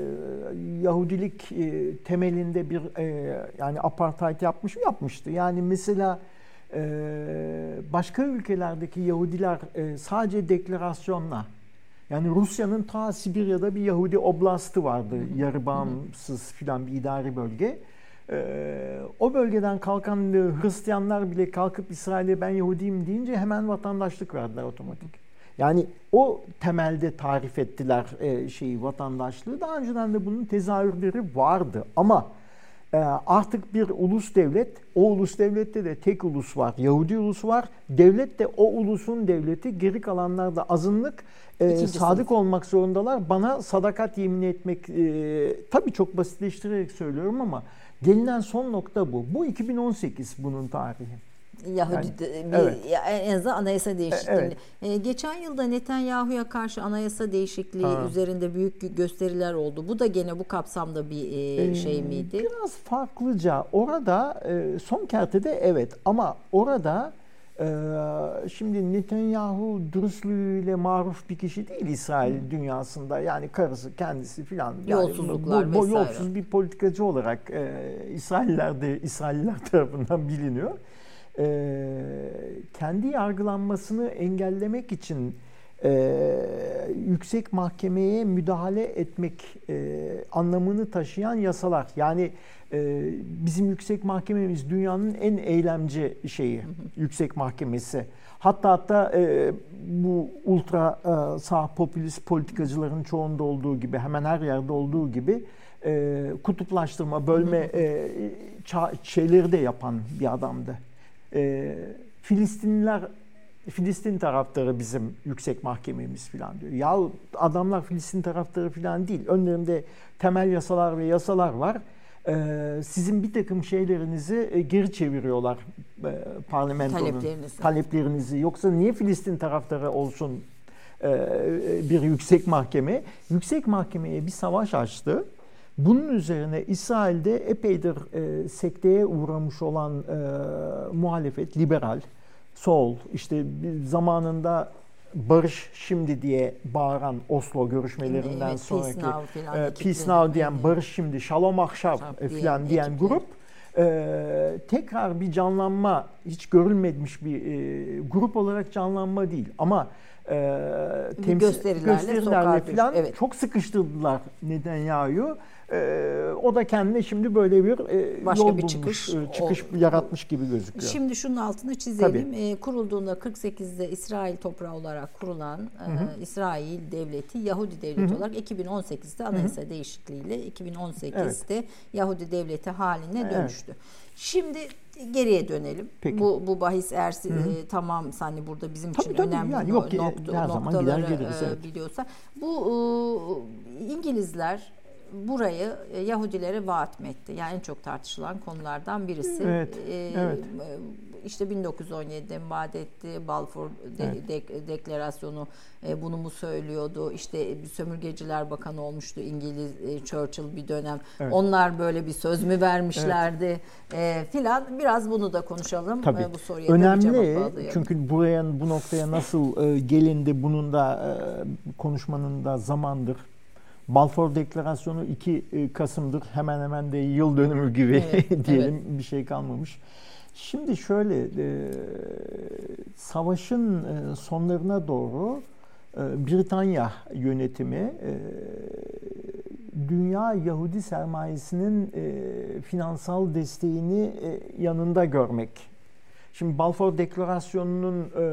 Yahudilik e, temelinde bir e, yani apartheid yapmış mı? Yapmıştı. Yani mesela e, başka ülkelerdeki Yahudiler e, sadece deklarasyonla, yani Rusya'nın ta Sibirya'da bir Yahudi oblastı vardı. Hı hı. Yarı bağımsız filan bir idari bölge. Ee, o bölgeden kalkan Hristiyanlar bile kalkıp İsrail'e ben Yahudiyim deyince hemen vatandaşlık verdiler otomatik. Yani o temelde tarif ettiler e, şeyi, vatandaşlığı. Daha önceden de bunun tezahürleri vardı ama e, artık bir ulus devlet, o ulus devlette de tek ulus var, Yahudi ulus var. Devlet de o ulusun devleti, geri kalanlar da azınlık. E, sadık olmak zorundalar. Bana sadakat yemin etmek, e, tabii çok basitleştirerek söylüyorum ama gelinen son nokta bu. Bu iki bin on sekiz bunun tarihi. Yahudi Yani, de- bir, evet. ya en azından anayasa değişikliği. evet. E, geçen yılda Netanyahu'ya karşı anayasa değişikliği Ha. üzerinde büyük gösteriler oldu. Bu da gene bu kapsamda bir e, Ee, şey miydi? Biraz farklıca. Orada e, son kertede evet, ama orada e, şimdi Netanyahu dürüstlüğüyle maruf bir kişi değil İsrail dünyasında. Yani karısı, kendisi filan. Yani Yolsuzluklar bu, bu, vesaire. Yolsuz bir politikacı olarak e, İsrailler de İsrailliler tarafından biliniyor. E, kendi yargılanmasını engellemek için Ee, yüksek mahkemeye müdahale etmek e, anlamını taşıyan yasalar. Yani e, bizim yüksek mahkememiz dünyanın en eylemci şeyi, hı hı. yüksek mahkemesi. Hatta hatta e, bu ultra e, sağ popülist politikacıların çoğunda olduğu gibi, hemen her yerde olduğu gibi e, kutuplaştırma, bölme e, şeyleri de yapan bir adamdı. E, Filistinliler Filistin taraftarı bizim yüksek mahkememiz falan diyor. Ya adamlar Filistin taraftarı falan değil. Önlerinde temel yasalar ve yasalar var. Ee, sizin bir takım şeylerinizi geri çeviriyorlar e, parlamentonun. Taleplerinizi. Taleplerinizi. Yoksa niye Filistin taraftarı olsun e, bir yüksek mahkeme? Yüksek mahkemeye bir savaş açtı. Bunun üzerine İsrail'de epeydir e, sekteye uğramış olan e, muhalefet, liberal, sol, işte zamanında barış şimdi diye bağıran Oslo görüşmelerinden evet, sonraki Peace Now, falan e, Peace Now diyen, barış şimdi, Shalom Achshav falan diyen ekipleri. grup e, tekrar bir canlanma, hiç görülmemiş bir e, grup olarak canlanma değil ama e, temsil, gösterilerle, gösterilerle falan evet. çok sıkıştırdılar Netanyahu'yu. Ee, o da kendine şimdi böyle bir e, Başka yol bir bulmuş, çıkış, çıkış o, yaratmış gibi gözüküyor. Şimdi şunun altını çizelim. E, kurulduğunda kırk sekizde İsrail toprağı olarak kurulan e, İsrail devleti, Yahudi devleti hı hı. olarak iki bin on sekizde anayasa hı hı. değişikliğiyle iki bin on sekizde evet. Yahudi devleti haline dönüştü. Evet. Şimdi geriye dönelim. Peki. Bu bu bahis eğer e, tamam hani burada bizim için tabii, tabii. önemli yani, yok, nokta, noktaları gideriz, e, evet. biliyorsa. Bu e, İngilizler burayı Yahudilere vaat mı etti? Yani en çok tartışılan konulardan birisi. Evet, ee, evet. İşte bin dokuz yüz on yedide mi vaat etti? Balfour de, evet. de, deklarasyonu e, bunu mu söylüyordu? İşte sömürgeciler bakanı olmuştu İngiliz e, Churchill bir dönem. Evet. Onlar böyle bir söz mü vermişlerdi? Evet. E, filan. Biraz bunu da konuşalım. Tabii. E, bu soruya önemli. Çünkü buraya, bu noktaya nasıl e, gelindi, bunun da e, konuşmanın da zamandır. Balfour Deklarasyonu iki Kasım'dır. Hemen hemen de yıl dönümü gibi evet, diyelim evet. bir şey kalmamış. Şimdi şöyle, e, savaşın e, sonlarına doğru e, Britanya yönetimi e, dünya Yahudi sermayesinin e, finansal desteğini e, yanında görmek. Şimdi Balfour Deklarasyonu'nun e,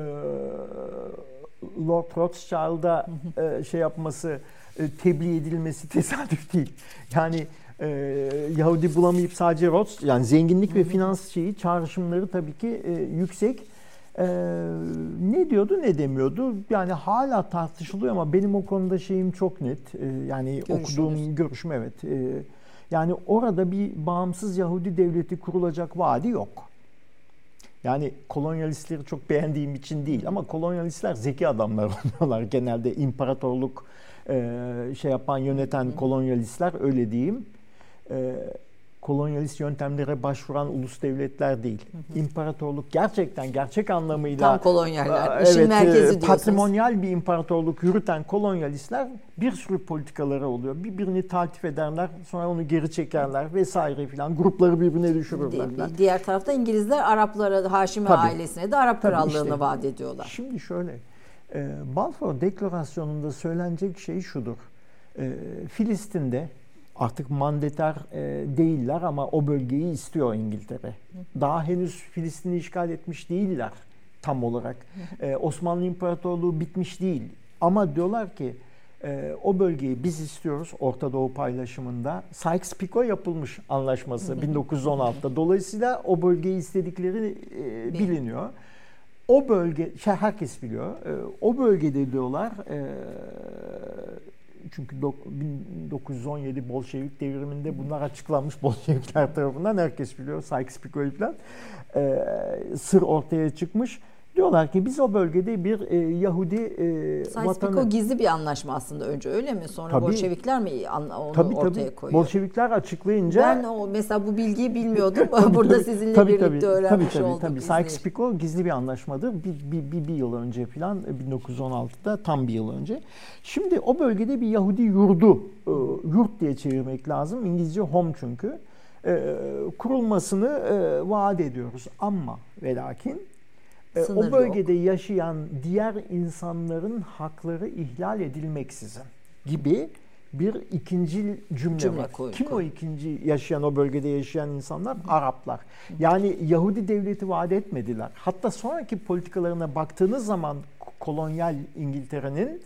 Lord Rothschild'a e, şey yapması, tebliğ edilmesi tesadüf değil. Yani e, Yahudi bulamayıp sadece Rothschild, yani zenginlik ve finans şeyi, çağrışımları tabii ki e, yüksek. E, ne diyordu ne demiyordu? Yani hala tartışılıyor ama benim o konuda şeyim çok net. E, yani Görüşürüz. okuduğum görüşüm evet. E, yani orada bir bağımsız Yahudi devleti kurulacak vaadi yok. Yani kolonyalistleri çok beğendiğim için değil ama kolonyalistler zeki adamlar oluyorlar. Genelde imparatorluk şey yapan, yöneten kolonyalistler, öyle diyeyim. Kolonyalist yöntemlere başvuran ulus devletler değil. Hı hı. İmparatorluk gerçekten gerçek anlamıyla tam kolonyaller, evet, işin merkezi diyorsunuz. Patrimonyal bir imparatorluk yürüten kolonyalistler bir sürü politikaları oluyor. Birbirini taltif ederler, sonra onu geri çekerler vesaire filan. Grupları birbirine düşürürler. Diğer tarafta İngilizler Araplara, Haşimi Tabii. ailesine de Arap Tabii krallığını işte, vaat ediyorlar. Şimdi şöyle, Balfour Deklarasyonu'nda söylenecek şey şudur. Filistin'de artık mandater değiller ama o bölgeyi istiyor İngiltere. Daha henüz Filistin'i işgal etmiş değiller tam olarak. Osmanlı İmparatorluğu bitmiş değil. Ama diyorlar ki o bölgeyi biz istiyoruz Orta Doğu paylaşımında. Sykes-Picot yapılmış anlaşması bin dokuz yüz on altıda. Dolayısıyla o bölgeyi istedikleri biliniyor. O bölge, şey herkes biliyor, o bölgede diyorlar çünkü bin dokuz yüz on yedi Bolşevik devriminde bunlar açıklanmış Bolşevikler tarafından, herkes biliyor, Sykes-Picot falan. Ee, sır ortaya çıkmış. Diyorlar ki biz o bölgede bir e, Yahudi e, vatanı... Sykes-Picot gizli bir anlaşma aslında önce, öyle mi? Sonra tabii, Bolşevikler mi onu tabii, ortaya tabii. koyuyor? Bolşevikler açıklayınca... Ben o, mesela bu bilgiyi bilmiyordum. Burada tabii, sizinle tabii, birlikte tabii, öğrenmiş tabii, olduk. Tabii Sykes-Picot gizli bir anlaşmadır. Bir, bir, bir, bir yıl önce falan, bin dokuz yüz on altıda, tam bir yıl önce. Şimdi o bölgede bir Yahudi yurdu, e, yurt diye çevirmek lazım. İngilizce home çünkü. E, kurulmasını e, vaat ediyoruz. Ama ve lakin Sınır o bölgede yok. yaşayan diğer insanların hakları ihlal edilmeksizin gibi bir ikinci cümle, cümle var. Koy, Kim koy. o ikinci yaşayan, o bölgede yaşayan insanlar? Hı. Araplar. Hı. Yani Yahudi devleti vaat etmediler. Hatta sonraki politikalarına baktığınız zaman kolonyal İngiltere'nin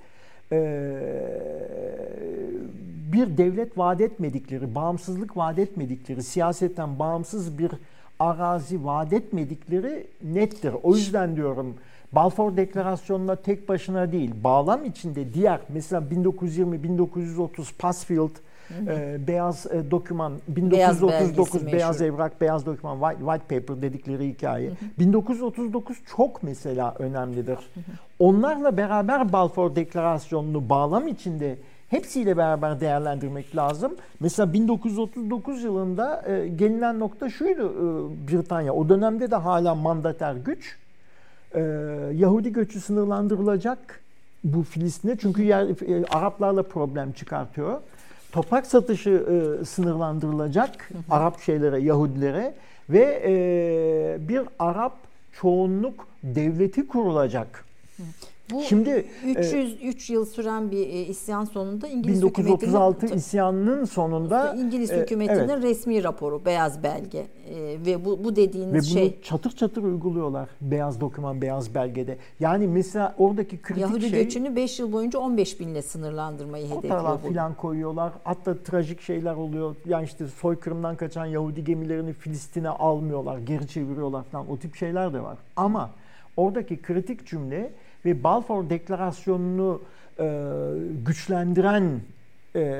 bir devlet vaat etmedikleri, bağımsızlık vaat etmedikleri, siyasetten bağımsız bir arazi vaat etmedikleri nettir. O yüzden diyorum, Balfour Deklarasyonu'na tek başına değil, bağlam içinde diğer, mesela bin dokuz yüz yirmi bin dokuz yüz otuz Passfield e, beyaz e, doküman, bin dokuz yüz otuz dokuz beyaz, beyaz evrak, beyaz doküman, white, white paper dedikleri hikaye. Hı hı. bin dokuz yüz otuz dokuz çok mesela önemlidir. Hı hı. Onlarla beraber Balfour Deklarasyonu'nu bağlam içinde hepsiyle beraber değerlendirmek lazım. Mesela bin dokuz yüz otuz dokuz yılında e, gelinen nokta şuydu, e, Britanya. O dönemde de hala mandater güç. E, Yahudi göçü sınırlandırılacak bu Filistin'e. Çünkü yer, e, Araplarla problem çıkartıyor. Toprak satışı e, sınırlandırılacak hı hı. Arap şeylere, Yahudilere ve e, bir Arap çoğunluk devleti kurulacak. Hı. Bu Şimdi üç yüz üç e, yıl süren bir e, isyan sonunda İngiliz bin dokuz yüz otuz altı hükümetinin isyanının sonunda İngiliz e, hükümetinin evet. resmi raporu, beyaz belge e, ve bu bu dediğiniz ve şey. Ve bunu çatır çatır uyguluyorlar beyaz doküman, beyaz belgede. Yani mesela oradaki kritik Yahudi şey. Yahudi göçünü beş yıl boyunca on beş binle sınırlandırmayı hedefliyor. Filan koyuyorlar. Hatta trajik şeyler oluyor. Yani işte soykırımdan kaçan Yahudi gemilerini Filistin'e almıyorlar, geri çeviriyorlar falan. O tip şeyler de var. Ama oradaki kritik cümle ve Balfour Deklarasyonu'nu e, güçlendiren e,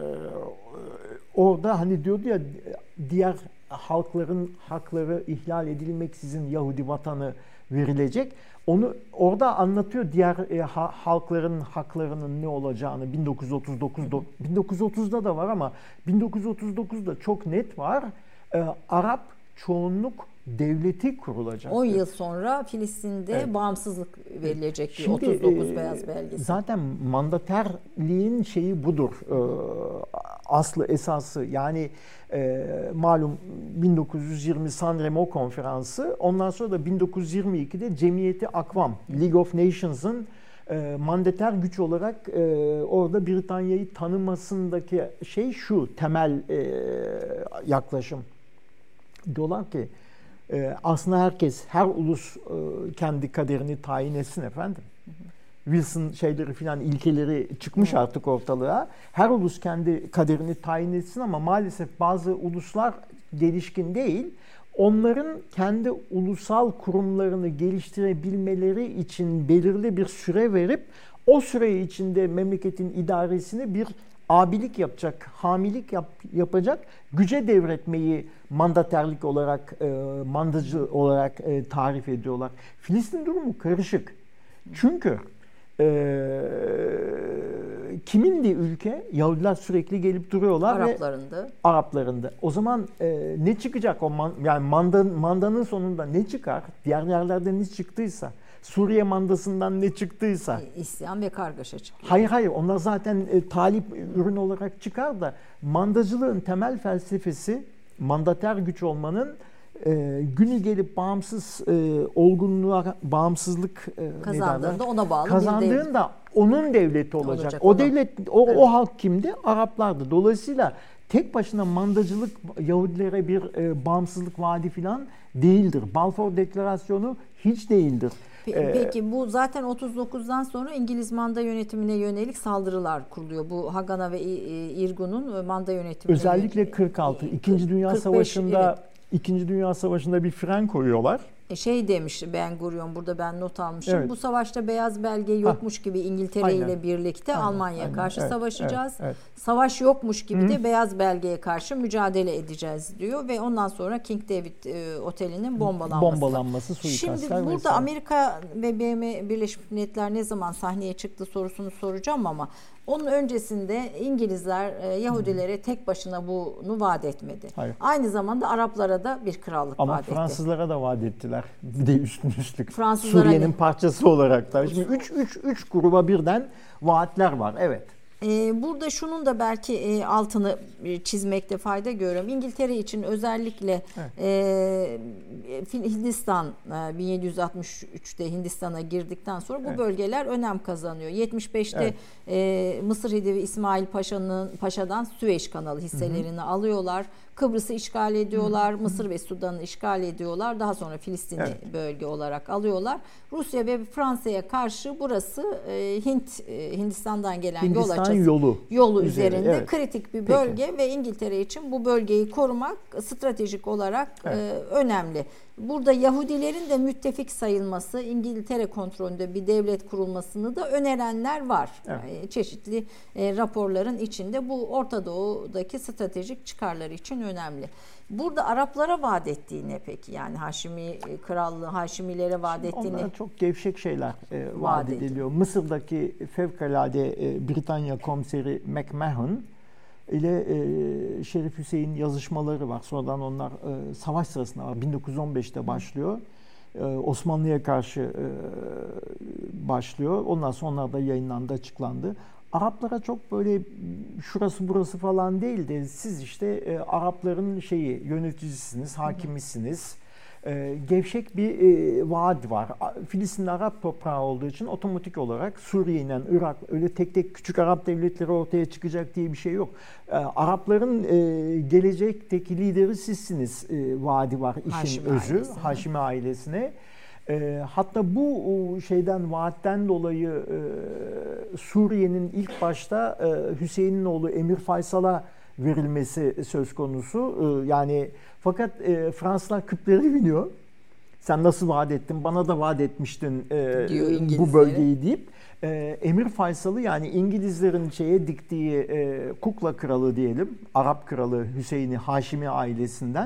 orada hani diyordu ya, diğer halkların hakları ihlal edilmeksizin Yahudi vatanı verilecek. Onu orada anlatıyor, diğer e, ha, halkların haklarının ne olacağını. bin dokuz yüz otuz dokuzda bin dokuz yüz otuzda da var ama bin dokuz yüz otuz dokuzda çok net var. E, Arap çoğunluk devleti kurulacak. on yıl sonra Filistin'de evet. bağımsızlık verilecek diyor. Şimdi, otuz dokuz e, beyaz belgesi. Zaten mandaterliğin şeyi budur. E, aslı esası. Yani e, malum bin dokuz yüz yirmi San Remo konferansı. Ondan sonra da bin dokuz yüz yirmi ikide Cemiyeti Akvam, League of Nations'ın e, mandater güç olarak e, orada Britanya'yı tanımasındaki şey şu, temel e, yaklaşım. Diyorlar ki e, aslında herkes, her ulus e, kendi kaderini tayin etsin efendim. Hı hı. Wilson şeyleri filan, ilkeleri çıkmış hı. artık ortalığa. Her ulus kendi kaderini tayin etsin ama maalesef bazı uluslar gelişkin değil. Onların kendi ulusal kurumlarını geliştirebilmeleri için belirli bir süre verip o süre içinde memleketin idaresini bir abilik yapacak, hamilik yap, yapacak, güce devretmeyi mandaterlik olarak, e, mandacı olarak e, tarif ediyorlar. Filistin durumu karışık. Çünkü e, kimindi ülke? Yahudiler sürekli gelip duruyorlar. Araplarında. Ve Araplarında. O zaman e, ne çıkacak o man, yani manda, mandanın sonunda ne çıkar? Diğer yerlerde ne çıktıysa. Suriye mandasından ne çıktıysa. İsyan ve kargaşa çıkıyor. Hayır hayır, onlar zaten e, talip ürün olarak çıkar da mandacılığın temel felsefesi, mandater güç olmanın e, günü gelip bağımsız e, olgunluğa, bağımsızlık e, kazandığında ona bağlı kazandığında onun devleti olacak. olacak o ona. devlet, o, evet. o halk kimdi? Araplardı. Dolayısıyla tek başına mandacılık Yahudilere bir e, bağımsızlık vaadi falan değildir. Balfour Deklarasyonu hiç değildir. Peki bu zaten otuz dokuzdan sonra İngiliz manda yönetimine yönelik saldırılar kuruluyor. Bu Haganah ve Irgun'un manda yönetimine. Özellikle kırk altı İkinci Dünya kırk beş, Savaşı'nda evet. İkinci Dünya Savaşı'nda bir fren koyuyorlar. Şey demiş Ben Gurion, burada ben not almışım. Evet. Bu savaşta beyaz belge yokmuş ha. gibi İngiltere aynen. ile birlikte aynen. Almanya'ya aynen. karşı evet. savaşacağız. Evet. Evet. Savaş yokmuş gibi Hı. de beyaz belgeye karşı mücadele edeceğiz diyor ve ondan sonra King David e, Oteli'nin bombalanması. Bombalanması, suikastlar. Şimdi burada vesaire. Amerika ve B M Birleşmiş Milletler ne zaman sahneye çıktı sorusunu soracağım ama onun öncesinde İngilizler e, Yahudilere hmm. tek başına bunu vaat etmedi. Hayır. Aynı zamanda Araplara da bir krallık Ama vaat etti. Ama Fransızlara da vaat ettiler. Bir de üstün üstlük. Suriye'nin ne? parçası olarak da. Şimdi üç üç üç gruba birden vaatler var. Evet. Ee, burada şunun da belki e, altını çizmekte fayda görüyorum. İngiltere için özellikle evet. e, Hindistan e, bin yedi yüz altmış üçte Hindistan'a girdikten sonra bu evet. bölgeler önem kazanıyor. yetmiş beşte evet. e, Mısır Hedevi İsmail Paşa'nın Paşa'dan Süveyş kanalı hisselerini Hı-hı. alıyorlar. Kıbrıs'ı işgal ediyorlar, Hı-hı. Mısır ve Sudan'ı işgal ediyorlar. Daha sonra Filistin'i evet. bölge olarak alıyorlar. Rusya ve Fransa'ya karşı burası e, Hint e, Hindistan'dan gelen Hindistan yol açısı yolu, yolu üzerinde evet. kritik bir bölge Peki. ve İngiltere için bu bölgeyi korumak stratejik olarak evet. e, önemli. Burada Yahudilerin de müttefik sayılması, İngiltere kontrolünde bir devlet kurulmasını da önerenler var. Evet. Yani çeşitli e, raporların içinde bu Orta Doğu'daki stratejik çıkarları için önemli. Burada Araplara vaat ettiği ne peki? Yani Haşimi krallığı, Haşimilere vaat ettiği ne? Çok gevşek şeyler e, vaat ediliyor. Mısır'daki fevkalade e, Britanya komiseri McMahon ile e, Şerif Hüseyin yazışmaları var. Sonradan onlar e, savaş sırasında var. bin dokuz yüz on beşte başlıyor. E, Osmanlı'ya karşı e, başlıyor. Ondan sonra onlar da yayınlandı, açıklandı. Araplara çok böyle şurası burası falan değil de siz işte e, Arapların şeyi yöneticisiniz, hakimisiniz. E, gevşek bir e, vaat var. Filistin'de Arap toprağı olduğu için otomatik olarak Suriye'yle Irak öyle tek tek küçük Arap devletleri ortaya çıkacak diye bir şey yok. E, Arapların e, gelecekteki lideri sizsiniz e, vaadi var işin Haşimi özü. Ailesine. Haşimi ailesine. E, hatta bu şeyden vaatten dolayı e, Suriye'nin ilk başta e, Hüseyin'in oğlu Emir Faysal'a verilmesi söz konusu. E, yani fakat e, Fransızlar küpleri biniyor. Sen nasıl vaat ettin? Bana da vaat etmiştin e, bu bölgeyi deyip e, Emir Faysal'ı yani İngilizlerin şeye diktiği e, kukla kralı diyelim, Arap kralı Hüseyin'i Haşimi ailesinden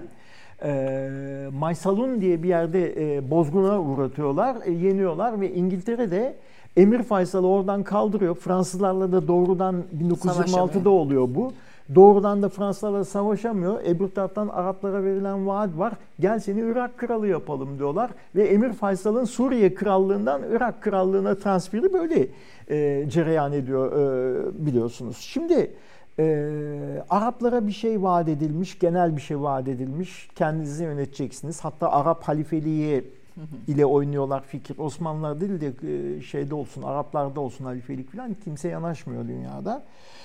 E, Maysalun diye bir yerde e, bozguna uğratıyorlar, e, yeniyorlar ve İngiltere de Emir Faysal'ı oradan kaldırıyor. Fransızlarla da doğrudan bin dokuz yüz yirmi altıda oluyor bu. Doğrudan da Fransızlarla savaşamıyor. Öbür taraftan Araplara verilen vaat var. Gel seni Irak kralı yapalım diyorlar. Ve Emir Faysal'ın Suriye krallığından Irak krallığına transferi böyle e, cereyan ediyor e, biliyorsunuz. Şimdi Ee, Araplara bir şey vaat edilmiş, genel bir şey vaat edilmiş. Kendinizi yöneteceksiniz. Hatta Arap halifeliği ile oynuyorlar fikir. Osmanlılar değil de e, şeyde olsun, Araplarda olsun halifelik falan kimse yanaşmıyor dünyada.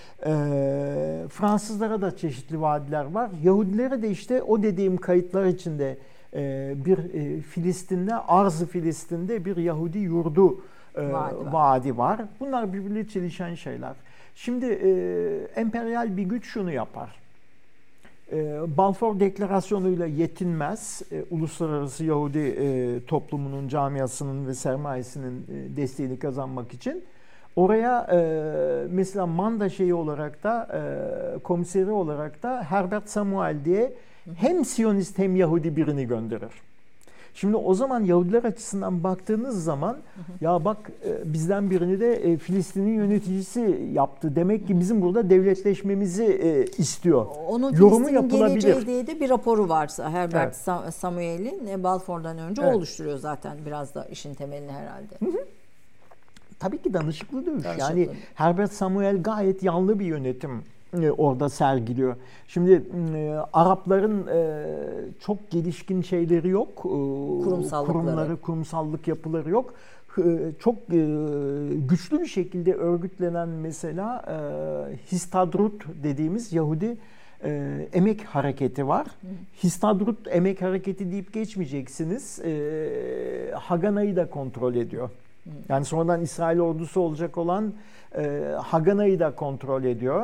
Ee, Fransızlara da çeşitli vaatler var. Yahudilere de işte o dediğim kayıtlar içinde e, bir e, Filistin'de, Arz-ı Filistin'de bir Yahudi yurdu e, vaadi, var. vaadi var. Bunlar birbiriyle çelişen şeyler. Şimdi e, emperyal bir güç şunu yapar. E, Balfour Deklarasyonu'yla yetinmez. E, uluslararası Yahudi e, toplumunun, camiasının ve sermayesinin e, desteğini kazanmak için. Oraya e, mesela manda şeyi olarak da, e, komiseri olarak da Herbert Samuel diye hem Siyonist hem Yahudi birini gönderir. Şimdi o zaman Yahudiler açısından baktığınız zaman hı hı. ya bak e, bizden birini de e, Filistin'in yöneticisi yaptı. Demek ki bizim burada devletleşmemizi e, istiyor. Onun Filistin'in geleceği diye de bir raporu varsa Herbert evet. Samuel'in e, Balfour'dan önce evet. o oluşturuyor zaten biraz da işin temelini herhalde. Hı hı. Tabii ki danışıklı dövüş. Yani Herbert Samuel gayet yanlı bir yönetim orada sergiliyor. Şimdi e, Arapların e, çok gelişkin şeyleri yok. E, kurumları, kurumsallık yapıları yok. E, çok e, güçlü bir şekilde örgütlenen mesela e, Histadrut dediğimiz Yahudi e, emek hareketi var. Hı. Histadrut emek hareketi deyip geçmeyeceksiniz. E, Hagana'yı da kontrol ediyor. Hı. Yani sonradan İsrail ordusu olacak olan e, Hagana'yı da kontrol ediyor.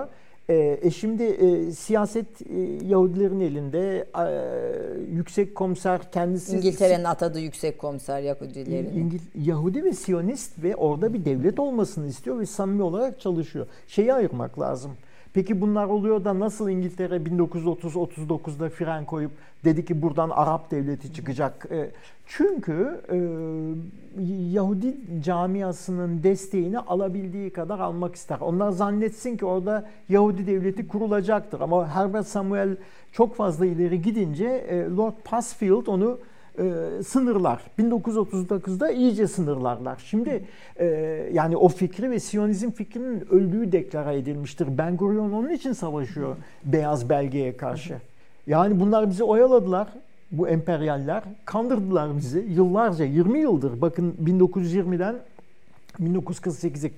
E, e şimdi e, siyaset e, Yahudilerin elinde, e, yüksek komiser kendisi... İngiltere'nin atadığı yüksek komiser Yahudilerin. İngil, Yahudi ve Siyonist ve orada bir devlet olmasını istiyor ve samimi olarak çalışıyor. Şeyi ayırmak lazım. Peki bunlar oluyor da nasıl İngiltere bin dokuz yüz otuz otuz dokuzda fren koyup dedi ki buradan Arap devleti çıkacak? E, çünkü e, Yahudi camiasının desteğini alabildiği kadar almak ister. Onlar zannetsin ki orada Yahudi devleti kurulacaktır. Ama Herbert Samuel çok fazla ileri gidince e, Lord Pasfield onu e, sınırlar. bin dokuz yüz otuz dokuzda iyice sınırlarlar. Şimdi e, yani o fikri ve Siyonizm fikrinin öldüğü deklara edilmiştir. Ben Gurion onun için savaşıyor beyaz belgeye karşı. Yani bunlar bizi oyaladılar. Bu emperyaller kandırdılar bizi yıllarca, yirmi yıldır. Bakın bin dokuz yüz yirmiden bin dokuz yüz kırk sekize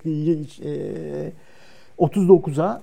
otuz dokuza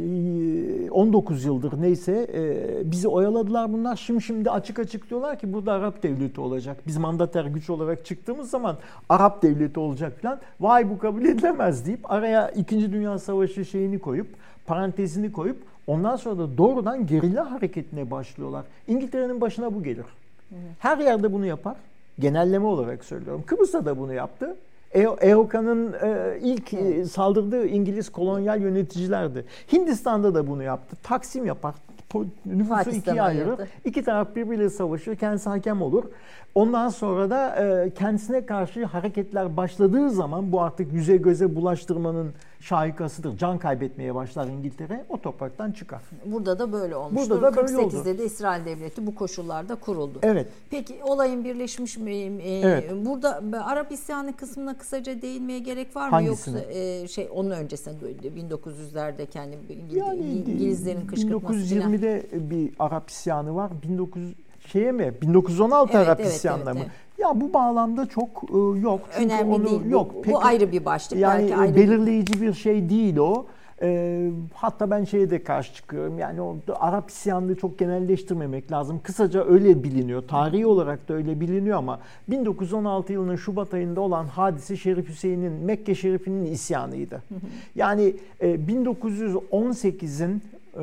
on dokuz yıldır neyse bizi oyaladılar bunlar. Şimdi şimdi açık açık diyorlar ki burada Arap devleti olacak. Biz mandater güç olarak çıktığımız zaman Arap devleti olacak falan. Vay bu kabul edilemez deyip araya İkinci Dünya Savaşı şeyini koyup, parantezini koyup ondan sonra da doğrudan gerilla hareketine başlıyorlar. İngiltere'nin başına bu gelir. Her yerde bunu yapar. Genelleme olarak söylüyorum. Kıbrıs'ta da bunu yaptı. E O K'nın e, ilk e, saldırdığı İngiliz kolonyal yöneticilerdi. Hindistan'da da bunu yaptı. Taksim yapar. Nüfusu ikiye ayırır. İki taraf birbiriyle savaşır. Kendisi hakem olur. Ondan sonra da e, kendisine karşı hareketler başladığı zaman bu artık yüze göze bulaştırmanın şahikasıdır. Can kaybetmeye başlar İngiltere. O topraktan çıkar. Burada da böyle olmuştur. Burada da böyle kırk sekizde oldu. de İsrail Devleti bu koşullarda kuruldu. Evet. Peki olayın birleşmiş mi? E, evet. Burada Arap isyanı kısmına kısaca değinmeye gerek var mı? Hangisine? Yoksa e, şey onun öncesinde bin dokuz yüzlerde kendi İngiliz, yani, İngilizlerin kışkırtması. bin dokuz yüz yirmide falan. Bir Arap isyanı var. bin dokuz yüz şeye mi? bin dokuz yüz on altı evet, Arap evet, isyanları evet, mı? Evet. Ya bu bağlamda çok e, yok. Çünkü önemli onu, değil. Yok, bu, pek, bu ayrı bir başlık. Yani belki ayrı belirleyici bir... bir şey değil o. E, hatta ben şeye de karşı çıkıyorum. Yani o Arap isyanını çok genelleştirmemek lazım. Kısaca öyle biliniyor. Tarihi olarak da öyle biliniyor ama bin dokuz yüz on altı yılının Şubat ayında olan hadise Şerif Hüseyin'in Mekke Şerifi'nin isyanıydı. Hı hı. Yani e, bin dokuz yüz on sekizin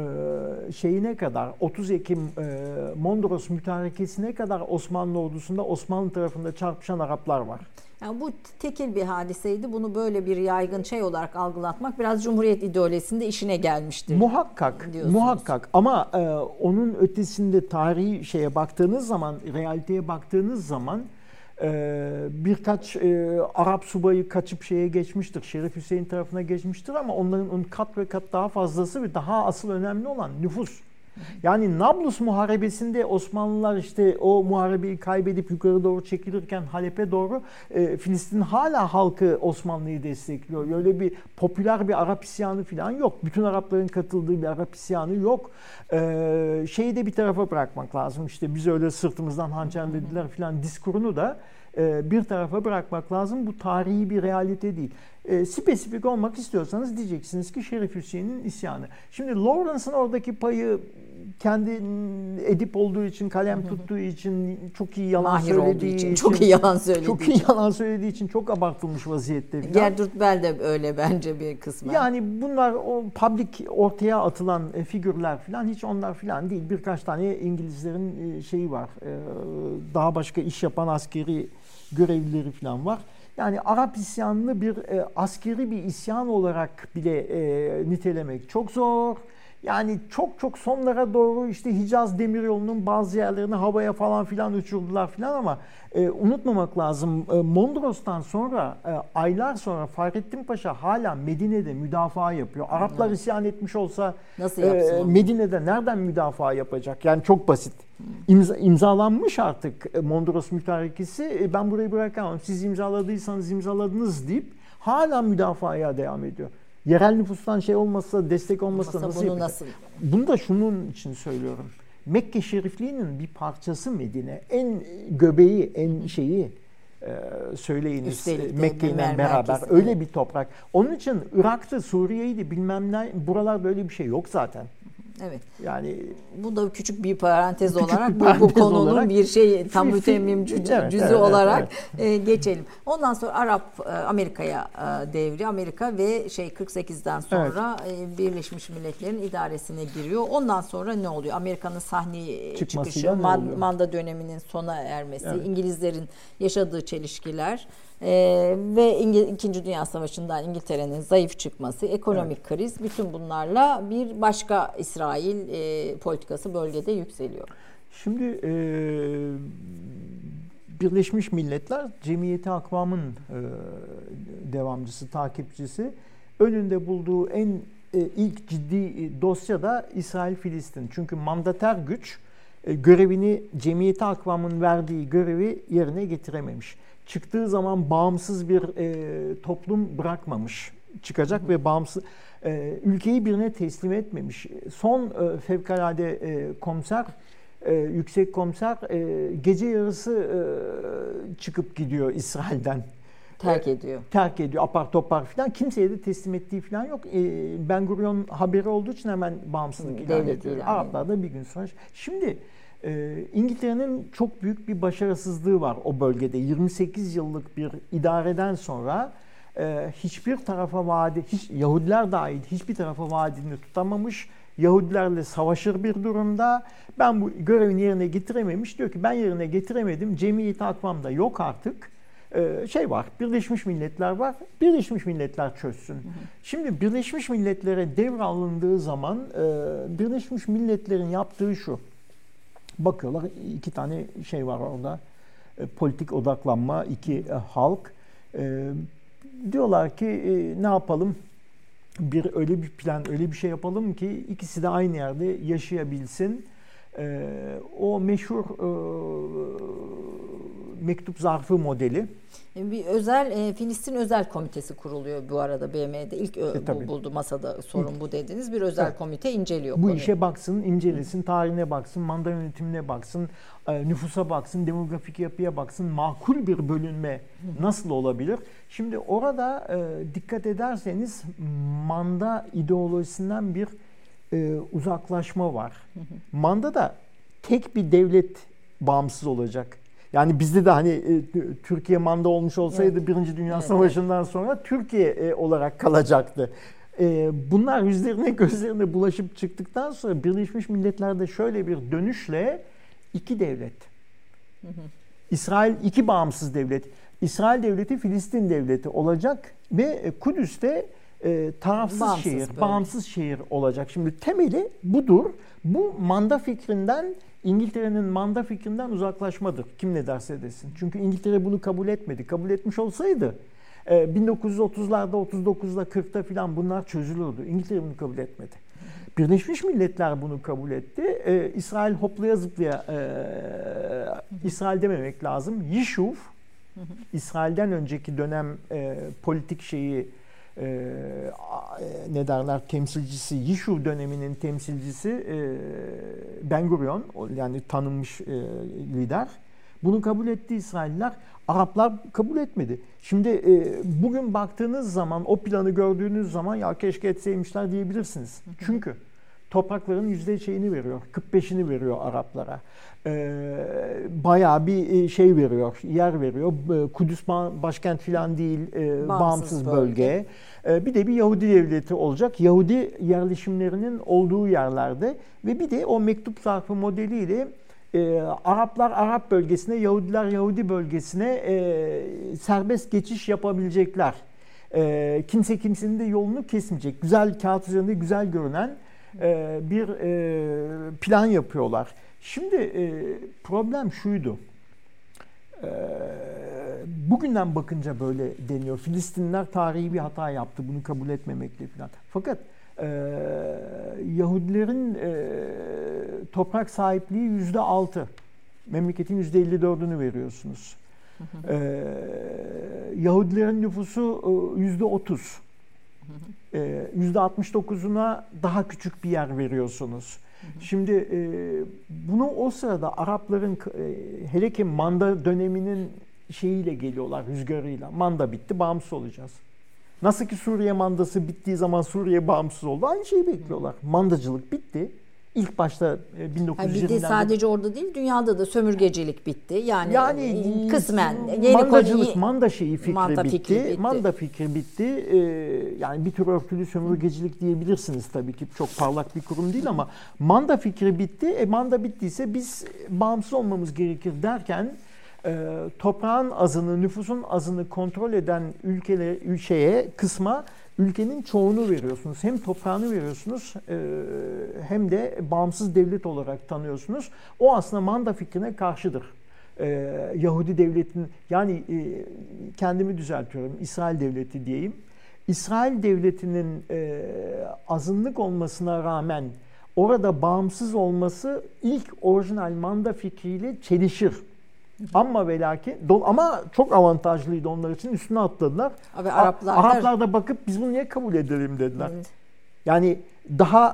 şeyine kadar otuz Ekim Mondros mütarekesine kadar Osmanlı ordusunda Osmanlı tarafında çarpışan Araplar var. Yani bu tekil bir hadiseydi. Bunu böyle bir yaygın şey olarak algılatmak biraz Cumhuriyet ideolojisinde işine gelmiştir. Muhakkak, diyorsunuz. muhakkak. Ama e, onun ötesinde tarihi şeye baktığınız zaman, realiteye baktığınız zaman Ee, birkaç e, Arap subayı kaçıp şeye geçmiştir. Şerif Hüseyin tarafına geçmiştir ama onların onun kat ve kat daha fazlası ve daha asıl önemli olan nüfus. Yani Nablus Muharebesi'nde Osmanlılar işte o muharebeyi kaybedip yukarı doğru çekilirken Halep'e doğru e, Filistin hala halkı Osmanlı'yı destekliyor. Öyle bir popüler bir Arap isyanı falan yok. Bütün Arapların katıldığı bir Arap isyanı yok. E, şeyi de bir tarafa bırakmak lazım. İşte biz öyle sırtımızdan hançerlediler falan diskurunu da e, bir tarafa bırakmak lazım. Bu tarihi bir realite değil. E, spesifik olmak istiyorsanız diyeceksiniz ki Şerif Hüseyin'in isyanı. Şimdi Lawrence'ın oradaki payı kendi edip olduğu için, kalem tuttuğu için, çok iyi yalan Mahir söylediği için, için, çok iyi yalan söylediği çok iyi yalan söylediği için çok abartılmış vaziyette. Gertrude Bell de öyle bence bir kısmı. Yani bunlar o public ortaya atılan figürler falan hiç onlar falan değil. Birkaç tane İngilizlerin şeyi var. Daha başka iş yapan askeri görevlileri falan var. Yani Arap isyanını bir e, askeri bir isyan olarak bile e, nitelemek çok zor. Yani çok çok sonlara doğru işte Hicaz Demiryolu'nun bazı yerlerini havaya falan filan uçurdular filan ama e, unutmamak lazım. E, Mondros'tan sonra e, aylar sonra Fahrettin Paşa hala Medine'de müdafaa yapıyor. Araplar hmm. isyan etmiş olsa nasıl yapsın? E, Medine'de nereden müdafaa yapacak? Yani çok basit. İmza, imzalanmış artık Mondros mütarekesi. E, ben burayı bırakamam. Siz imzaladıysanız imzaladınız deyip hala müdafaya devam ediyor. Yerel nüfustan şey olmasa, destek olmasa Olmasa nasıl bunu yapacak? nasıl? Bunu da şunun için söylüyorum. Mekke Şerifliği'nin bir parçası Medine. En göbeği, en şeyi e, söyleyiniz Mekke ile beraber. Merkez, öyle evet. bir toprak. Onun için Irak'tı, Suriye'ydi bilmem ne. Buralar böyle bir şey yok zaten. Evet. Yani bu da küçük bir parantez küçük olarak bir bu, parantez bu konunun olarak, bir şey tam mütemmim cüzü, evet, cüzü evet, olarak evet. geçelim. Ondan sonra Arap Amerika'ya devri. Amerika ve şey kırk sekizden sonra evet. Birleşmiş Milletler'in idaresine giriyor. Ondan sonra ne oluyor? Amerika'nın sahneye çıkışı, man, manda döneminin sona ermesi, evet. İngilizlerin yaşadığı çelişkiler Ee, ve İngil- İkinci Dünya Savaşı'ndan İngiltere'nin zayıf çıkması, ekonomik evet. kriz, bütün bunlarla bir başka İsrail e, politikası bölgede yükseliyor. Şimdi e, Birleşmiş Milletler Cemiyeti Akvam'ın e, devamcısı, takipçisi. Önünde bulduğu en e, ilk ciddi dosya da İsrail-Filistin. Çünkü mandater güç e, görevini, Cemiyeti Akvam'ın verdiği görevi yerine getirememiş. Çıktığı zaman bağımsız bir e, toplum bırakmamış. Çıkacak hı hı. ve bağımsız e, ülkeyi birine teslim etmemiş. Son e, fevkalade e, komiser, e, yüksek komiser e, gece yarısı e, çıkıp gidiyor İsrail'den. Terk ediyor. E, terk ediyor. Apar topar falan. Kimseye de teslim ettiği falan yok. E, Ben Gurion haberi olduğu için hemen bağımsızlık ilan Devlet ediyor. ilan Araplar da bir gün sonra. Şimdi Ee, İngiltere'nin çok büyük bir başarısızlığı var o bölgede. yirmi sekiz yıllık bir idareden sonra e, hiçbir tarafa vaadi, hiç, Yahudiler dahil hiçbir tarafa vaadini tutamamış. Yahudilerle savaşır bir durumda. Ben bu görevini yerine getirememiş. Diyor ki ben yerine getiremedim. Cemiyeti Akvam'da yok artık. Ee, şey var, Birleşmiş Milletler var. Birleşmiş Milletler çözsün. Hı hı. Şimdi Birleşmiş Milletler'e devralındığı zaman e, Birleşmiş Milletler'in yaptığı şu. Bakıyorlar, iki tane şey var orada, e, politik odaklanma, iki e, halk. E, diyorlar ki e, ne yapalım? Bir öyle bir plan, öyle bir şey yapalım ki ikisi de aynı yerde yaşayabilsin. E, o meşhur e, mektup zarfı modeli. Bir özel e, Filistin Özel Komitesi kuruluyor bu arada B M'de. İlk e, bu, buldu masada sorun İlk. bu dediniz. Bir özel evet. komite inceliyor Bu konuyu. işe baksın, incelesin, tarihine baksın, manda yönetimine baksın, e, nüfusa baksın, demografik yapıya baksın, makul bir bölünme nasıl olabilir? Şimdi orada e, dikkat ederseniz manda ideolojisinden bir e, uzaklaşma var. Manda da tek bir devlet bağımsız olacak. Yani bizde de hani e, Türkiye manda olmuş olsaydı evet. Birinci Dünya evet, Savaşı'ndan evet. sonra Türkiye e, olarak kalacaktı. E, bunlar yüzlerine gözlerine bulaşıp çıktıktan sonra Birleşmiş Milletler'de şöyle bir dönüşle iki devlet. Hı hı. İsrail iki bağımsız devlet. İsrail devleti Filistin devleti olacak ve Kudüs'te e, tarafsız bağımsız şehir, böyle. bağımsız şehir olacak. Şimdi temeli budur. Bu manda fikrinden İngiltere'nin manda fikrinden uzaklaşmadır. Kim ne derse desin. Çünkü İngiltere bunu kabul etmedi. Kabul etmiş olsaydı bin dokuz yüz otuzlarda, otuz dokuzda, kırkta filan bunlar çözülürdü. İngiltere bunu kabul etmedi. Birleşmiş Milletler bunu kabul etti. Ee, İsrail hoplaya zıplaya, e, İsrail dememek lazım. Yişuv, İsrail'den önceki dönem e, politik şeyi, e, ne derler, temsilcisi, Yişuv döneminin temsilcisi e, Ben Gurion, yani tanınmış e, lider. Bunu kabul etti İsrailler. Araplar kabul etmedi. Şimdi e, bugün baktığınız zaman, o planı gördüğünüz zaman ya keşke etseymişler diyebilirsiniz. Çünkü toprakların yüzde şeyini veriyor, kırk beşini veriyor Araplara. E, bayağı bir şey veriyor, yer veriyor. Kudüs başkent falan değil, e, bağımsız, bağımsız bölge. bölge. E, bir de bir Yahudi devleti olacak. Yahudi yerleşimlerinin olduğu yerlerde ve bir de o mektup zarfı modeliyle Ee, Araplar Arap bölgesine, Yahudiler Yahudi bölgesine e, serbest geçiş yapabilecekler. E, kimse kimsenin de yolunu kesmeyecek. Güzel, kağıt üzerinde güzel görünen e, bir e, plan yapıyorlar. Şimdi e, problem şuydu. E, bugünden bakınca böyle deniyor. Filistinliler tarihi bir hata yaptı bunu kabul etmemekle falan. Fakat Ee, Yahudilerin e, toprak sahipliği yüzde altı. Memleketin yüzde elli dördünü veriyorsunuz. Hı hı. Ee, Yahudilerin nüfusu yüzde otuz. Yüzde altmış dokuzuna daha küçük bir yer veriyorsunuz. Hı hı. Şimdi e, bunu o sırada Arapların e, hele ki manda döneminin şeyiyle geliyorlar, rüzgarıyla. Manda bitti, bağımsız olacağız. Nasıl ki Suriye mandası bittiği zaman Suriye bağımsız oldu. Aynı şeyi bekliyorlar. Mandacılık bitti. İlk başta bin dokuz yüz yirmilerde... Yani sadece orada değil, dünyada da sömürgecilik bitti. Yani, yani kısmen. Mandacılık, manda şeyi fikri, manda bitti. fikri bitti. Manda fikri bitti. Ee, yani bir tür örtülü sömürgecilik diyebilirsiniz tabii ki. Çok parlak bir kurum değil ama manda fikri bitti. E, manda bittiyse biz bağımsız olmamız gerekir derken e, toprağın azını, nüfusun azını kontrol eden ülkelere, ülkeye, kısma ülkenin çoğunu veriyorsunuz. Hem toprağını veriyorsunuz hem de bağımsız devlet olarak tanıyorsunuz. O aslında manda fikrine karşıdır. Yahudi devletinin, yani kendimi düzeltiyorum, İsrail devleti diyeyim. İsrail devletinin azınlık olmasına rağmen orada bağımsız olması ilk orijinal manda fikriyle çelişir. Ama ve lakin, ama çok avantajlıydı onlar için, üstüne atladılar. Abi Araplar, Araplar da bakıp biz bunu niye kabul edelim dediler. Evet. Yani daha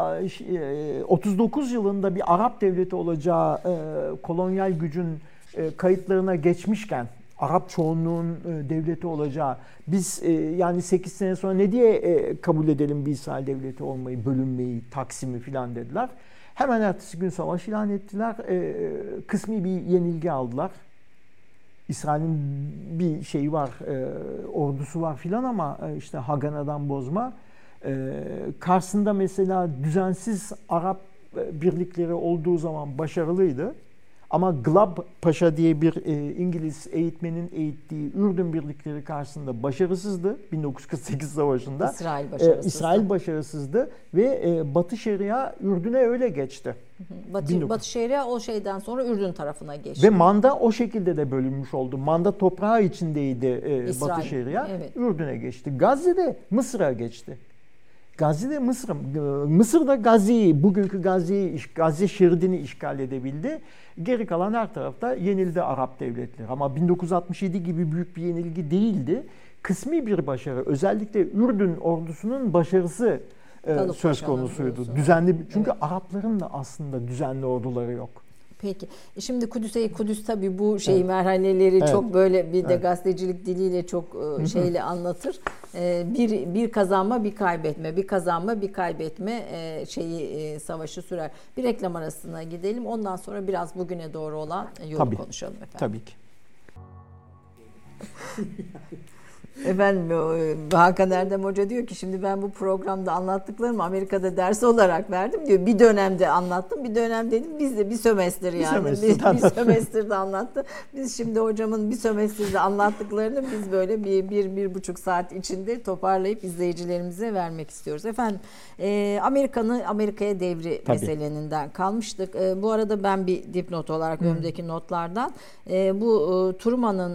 e, otuz dokuz yılında bir Arap devleti olacağı e, kolonyal gücün e, kayıtlarına geçmişken, Arap çoğunluğun e, devleti olacağı, biz e, yani sekiz sene sonra ne diye e, kabul edelim bir İsrail devleti olmayı, bölünmeyi, Taksim'i filan dediler. Hemen ertesi gün savaş ilan ettiler. E, kısmi bir yenilgi aldılar. İsrail'in bir şeyi var, e, ordusu var filan ama e, işte Hagana'dan bozma. E, karşısında mesela düzensiz Arap birlikleri olduğu zaman başarılıydı. Ama Glab Paşa diye bir e, İngiliz eğitmenin eğittiği Ürdün birlikleri karşısında başarısızdı bin dokuz yüz kırk sekiz Savaşı'nda. İsrail başarısızdı. E, İsrail başarısızdı ve e, Batı Şeria Ürdün'e öyle geçti. Batı, Batı Şeria o şeyden sonra Ürdün tarafına geçti. Ve Manda o şekilde de bölünmüş oldu. Manda toprağı içindeydi e, Batı Şeria. Evet. Ürdün'e geçti. Gazze'de Mısır'a geçti. Gazze'de Mısır, Mısır'da Gazze'yi, bugünkü Gazze'yi, Gazze şeridini işgal edebildi. Geri kalan her tarafta yenildi Arap devletleri. Ama bin dokuz yüz altmış yedi gibi büyük bir yenilgi değildi. Kısmi bir başarı. Özellikle Ürdün ordusunun başarısı e, söz konusuydu. Düzenli, çünkü evet. Arapların da aslında düzenli orduları yok. Peki. Şimdi Kudüs'e Kudüs tabii bu şey evet. merhaleleri evet. çok böyle bir de evet. gazetecilik diliyle çok şeyle anlatır. Bir bir kazanma, bir kaybetme, bir kazanma, bir kaybetme şeyi savaşı sürer. Bir reklam arasına gidelim. Ondan sonra biraz bugüne doğru olan yolu tabii. konuşalım efendim. Tabii ki. Efendim Hakan Erdem Hoca diyor ki şimdi ben bu programda anlattıklarımı Amerika'da ders olarak verdim diyor. Bir dönemde anlattım, bir dönem dedim biz de bir sömestr yani. Bir, bir, bir sömestrde anlattı. Biz şimdi hocamın bir sömestrde anlattıklarını biz böyle bir, bir, bir buçuk saat içinde toparlayıp izleyicilerimize vermek istiyoruz. Efendim e, Amerika'nın Amerika'ya devri Tabii. meseleninden kalmıştık. E, bu arada ben bir dipnot olarak hmm. önümdeki notlardan e, bu e, Truman'ın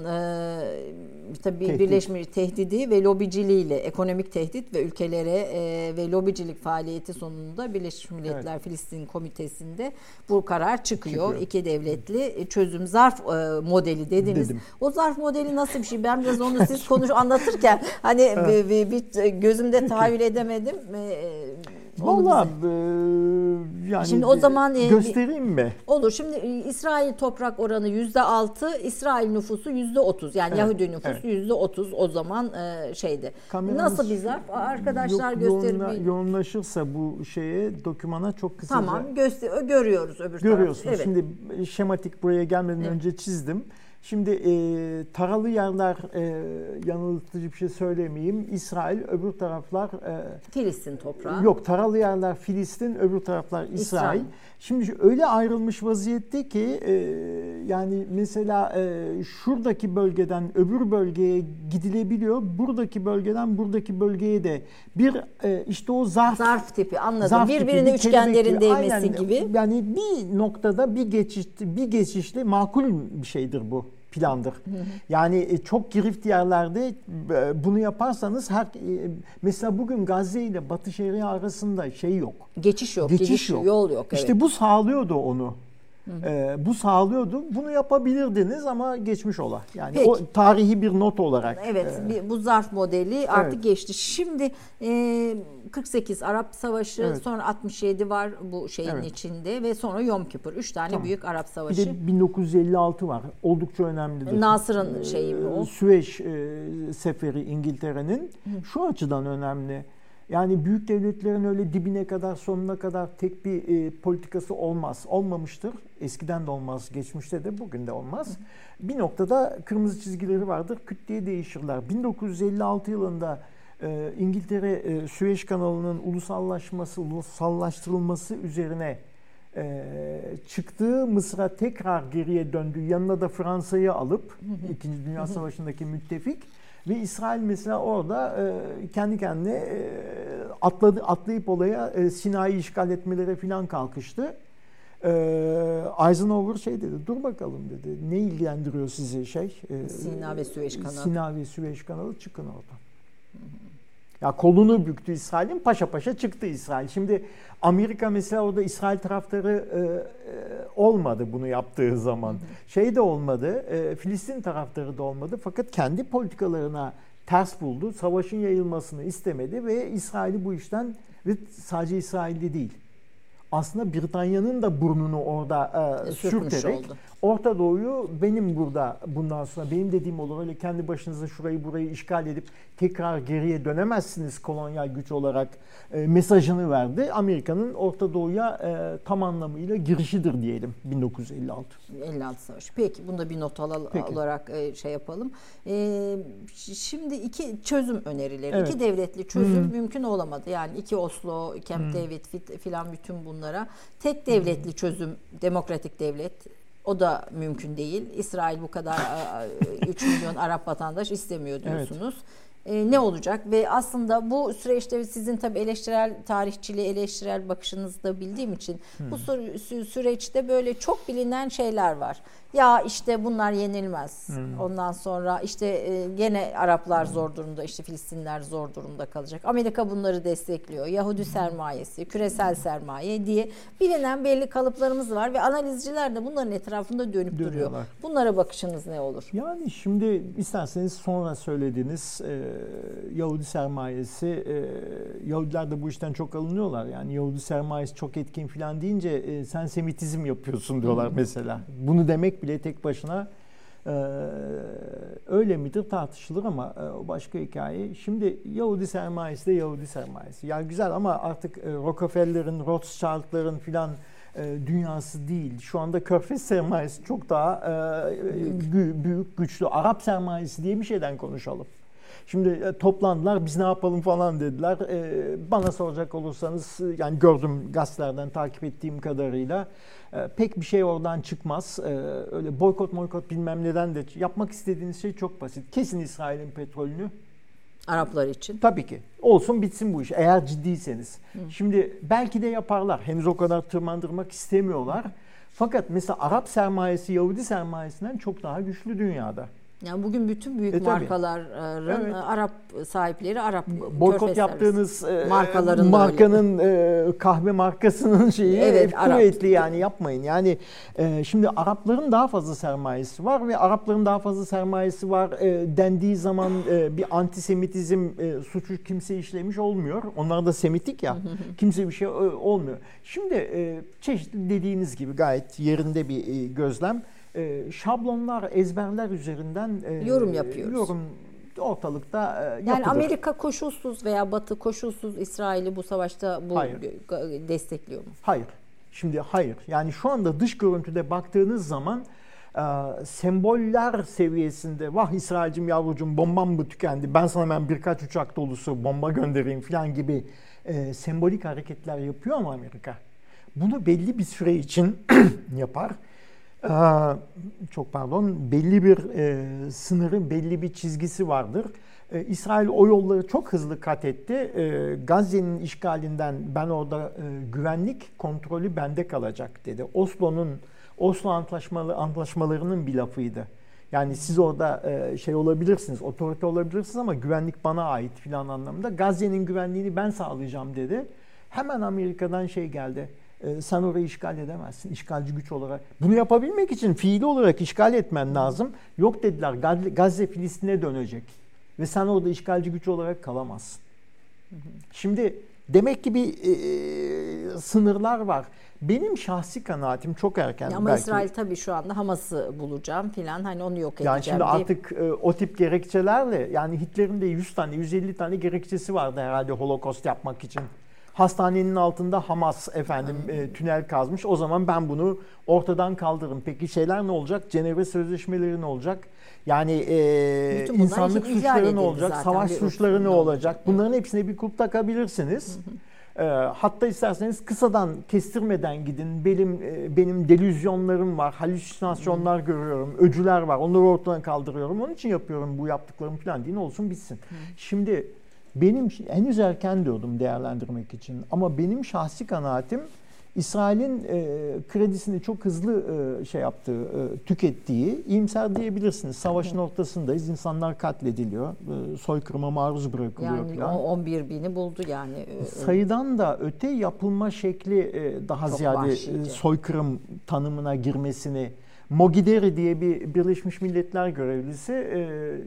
e, tabii Tehdit. Birleşmiş tehdidi ve lobiciliğiyle, ekonomik tehdit ve ülkelere e, ve lobicilik faaliyeti sonunda Birleşmiş Milletler evet. Filistin Komitesi'nde bu karar çıkıyor. çıkıyor. İki devletli çözüm zarf e, modeli dediniz. Dedim. O zarf modeli nasıl bir şey? Ben biraz onu siz konuş anlatırken hani evet. bir, bir gözümde tahayyül edemedim. E, Vallahi e, yani şimdi o zaman e, göstereyim mi? Olur. Şimdi İsrail toprak oranı yüzde altı, İsrail nüfusu yüzde otuz. Yani evet, Yahudi nüfusu yüzde evet. otuz o zaman e, şeydi. Kameramız nasıl bir zarf? Arkadaşlar göstermeyi yoğunlaşırsa bu şeye, dokümana çok kısaca. Tamam, göster görüyoruz öbür tarafta. Görüyorsunuz. Evet. Şimdi şematik buraya gelmeden evet. önce çizdim. Şimdi e, taralı yerler e, yanıltıcı bir şey söylemeyeyim. İsrail, öbür taraflar e, Filistin toprağı. Yok, taralı yerler Filistin, öbür taraflar İsrail. İsrail. Şimdi öyle ayrılmış vaziyette ki e, yani mesela e, şuradaki bölgeden öbür bölgeye gidilebiliyor. Buradaki bölgeden buradaki bölgeye de bir e, işte o zarf zarf tipi anladım. Zarf Birbirine tipi, üçgenlerin değmesi aynen, gibi. Yani bir noktada bir geçiş bir geçişli makul bir şeydir bu. Plandır. Hı hı. Yani çok girift yerlerde bunu yaparsanız her mesela bugün Gazze ile Batı Şeria arasında şey yok. Geçiş yok, geçiş, geçiş yok. Yol yok. Evet. İşte bu sağlıyordu onu. Ee, bu sağlıyordu. Bunu yapabilirdiniz ama geçmiş ola. Yani Peki. o tarihi bir not olarak. Evet, e, bu zarf modeli artık evet. geçti. Şimdi e, kırk sekiz Arap Savaşı, evet. sonra altmış yedi var bu şeyin evet. içinde ve sonra Yom Kippur. Üç tane tamam. büyük Arap Savaşı. Bir de bin dokuz yüz elli altı var. Oldukça önemlidir. Nasır'ın şeyi mi o? Süveyş e, seferi İngiltere'nin şu açıdan önemli. Yani büyük devletlerin öyle dibine kadar, sonuna kadar tek bir e, politikası olmaz. Olmamıştır. Eskiden de olmaz, geçmişte de, bugün de olmaz. Hı. Bir noktada kırmızı çizgileri vardır. Küt diye değişirler. bin dokuz yüz elli altı yılında e, İngiltere e, Süveyş kanalı'nın ulusallaşması, ulusallaştırılması üzerine e, çıktığı Mısır'a tekrar geriye döndü. Yanına da Fransa'yı alıp, hı hı. İkinci Dünya Savaşı'ndaki müttefik. Ve İsrail mesela orada e, kendi kendine e, atladı, atlayıp olaya e, Sinai'yi işgal etmelere falan kalkıştı. E, Eisenhower şey dedi, dur bakalım dedi, ne ilgilendiriyor sizi şey? E, Sina ve Süveyş kanalı. Sina ve Süveyş kanalı, çıkın oradan. Hı hı. Ya kolunu büktü İsrail'in, paşa paşa çıktı İsrail. Şimdi Amerika mesela orada İsrail taraftarı e, e, olmadı bunu yaptığı zaman. Hı hı. Şey de olmadı, e, Filistin taraftarı da olmadı. Fakat kendi politikalarına ters buldu. Savaşın yayılmasını istemedi ve İsrail'i bu işten, ve sadece İsrail'de değil, aslında Britanya'nın da burnunu orada e, sürterek oldu. Orta Doğu'yu benim burada bundan sonra benim dediğim olur, öyle kendi başınıza şurayı burayı işgal edip tekrar geriye dönemezsiniz kolonyal güç olarak e, mesajını verdi. Amerika'nın Orta Doğu'ya e, tam anlamıyla girişidir diyelim bin dokuz yüz elli altı. elli altı Savaşı. Peki bunu da bir not al- olarak e, şey yapalım. E, şimdi iki çözüm önerileri, evet. iki devletli çözüm hmm. mümkün olamadı. Yani iki Oslo, Camp hmm. David filan bütün bunlara tek devletli çözüm, demokratik devlet, o da mümkün değil. İsrail bu kadar üç milyon Arap vatandaş istemiyor diyorsunuz. Evet. E, ne olacak? Ve aslında bu süreçte sizin tabii eleştirel tarihçiliği, eleştirel bakışınızı da bildiğim için hmm. bu sü- süreçte böyle çok bilinen şeyler var. Ya işte bunlar yenilmez. Hmm. Ondan sonra işte e, gene Araplar hmm. zor durumda, işte Filistinler zor durumda kalacak. Amerika bunları destekliyor. Yahudi hmm. sermayesi, küresel sermaye diye bilinen belli kalıplarımız var ve analizciler de bunların etrafında dönüp duruyor. Bunlara bakışınız ne olur? Yani şimdi isterseniz sonra söylediğiniz e, Yahudi sermayesi, e, Yahudiler de bu işten çok alınıyorlar. Yani Yahudi sermayesi çok etkin falan deyince e, sen Semitizm yapıyorsun diyorlar hmm. mesela. Bunu demek bile tek başına e, öyle midir tartışılır ama e, o başka hikaye. Şimdi Yahudi sermayesi de Yahudi sermayesi. Yani güzel ama artık e, Rockefeller'in, Rothschild'ların filan e, dünyası değil. Şu anda Körfez sermayesi çok daha e, büyük. büyük, güçlü. Arap sermayesi diye bir şeyden konuşalım. Şimdi e, toplandılar, biz ne yapalım falan dediler. E, bana soracak olursanız, yani gördüm gazetelerden takip ettiğim kadarıyla e, pek bir şey oradan çıkmaz. E, öyle boykot boykot bilmem neden de yapmak istediğiniz şey çok basit. Kesin İsrail'in petrolünü. Araplar için. Tabii ki. Olsun bitsin bu iş eğer ciddiyseniz. Hı. Şimdi belki de yaparlar. Henüz o kadar tırmandırmak istemiyorlar. Fakat mesela Arap sermayesi Yahudi sermayesinden çok daha güçlü dünyada. Yani bugün bütün büyük e, markaların evet. Arap sahipleri, Arap boykot yaptığınız markaların markanın e, kahve markasının şeyi evet, kuvvetli, yani yapmayın. Yani e, şimdi Arapların daha fazla sermayesi var ve Arapların daha fazla sermayesi var e, dendiği zaman e, bir antisemitizm e, suçu kimse işlemiş olmuyor. Onlar da Semitik ya. Kimse bir şey e, olmuyor. Şimdi e, çeşitli dediğiniz gibi gayet yerinde bir e, gözlem. E, şablonlar, ezberler üzerinden e, yorum yapıyoruz. Yorum ortalıkta e, yapılır. Yani Amerika koşulsuz veya Batı koşulsuz İsrail'i bu savaşta bu hayır. destekliyor mu? Hayır. Şimdi hayır. Yani şu anda dış görüntüde baktığınız zaman e, semboller seviyesinde vah İsrail'cim yavrucum bombam mı tükendi, ben sana hemen birkaç uçak dolusu bomba göndereyim falan gibi e, sembolik hareketler yapıyor ama Amerika bunu belli bir süre için yapar. Ee, çok pardon, belli bir e, sınırı, belli bir çizgisi vardır. Ee, İsrail o yolları çok hızlı kat etti. Ee, Gazze'nin işgalinden ben orada e, güvenlik kontrolü bende kalacak dedi. Oslo'nun Oslo antlaşmalı antlaşmalarının bir lafıydı. Yani siz orada e, şey olabilirsiniz, otorite olabilirsiniz ama güvenlik bana ait filan anlamında. Gazze'nin güvenliğini ben sağlayacağım dedi. Hemen Amerika'dan şey geldi. Sen orayı işgal edemezsin, işgalci güç olarak. Bunu yapabilmek için fiili olarak işgal etmen lazım. Yok dediler, Gazze Filistin'e dönecek. Ve sen orada işgalci güç olarak kalamazsın. Hı hı. Şimdi Demek ki bir e, sınırlar var. Benim şahsi kanaatim çok erken. Ama belki. İsrail tabii şu anda Hamas'ı bulacağım filan, hani onu yok edeceğim Yani şimdi diye. artık e, o tip gerekçelerle, yani Hitler'in de yüz tane yüz elli tane gerekçesi vardı herhalde Holocaust yapmak için. Hastanenin altında Hamas efendim e, tünel kazmış. O zaman ben bunu ortadan kaldırırım. Peki şeyler ne olacak? Cenevre Sözleşmeleri ne olacak? Yani e, insanlık suçları ne olacak? Savaş suçları ne olacak? Bunların hepsine bir kulp takabilirsiniz. Hı hı. Hatta isterseniz kısadan, kestirmeden gidin. Benim benim delüzyonlarım var, halüsinasyonlar hmm. görüyorum, öcüler var. Onları ortadan kaldırıyorum. Onun için yapıyorum bu yaptıklarım falan deyin, olsun bitsin. Hmm. Şimdi benim henüz erken diyordum değerlendirmek için. Ama benim şahsi kanaatim İsrail'in e, kredisini çok hızlı e, şey yaptığı, e, tükettiği, iyimser diyebilirsiniz. Savaşın ortasındayız, insanlar katlediliyor, e, soykırıma maruz bırakılıyor yani falan. on bir bini buldu yani. Sayıdan da öte yapılma şekli e, daha çok ziyade e, soykırım tanımına girmesini. Mogideri diye bir Birleşmiş Milletler görevlisi e,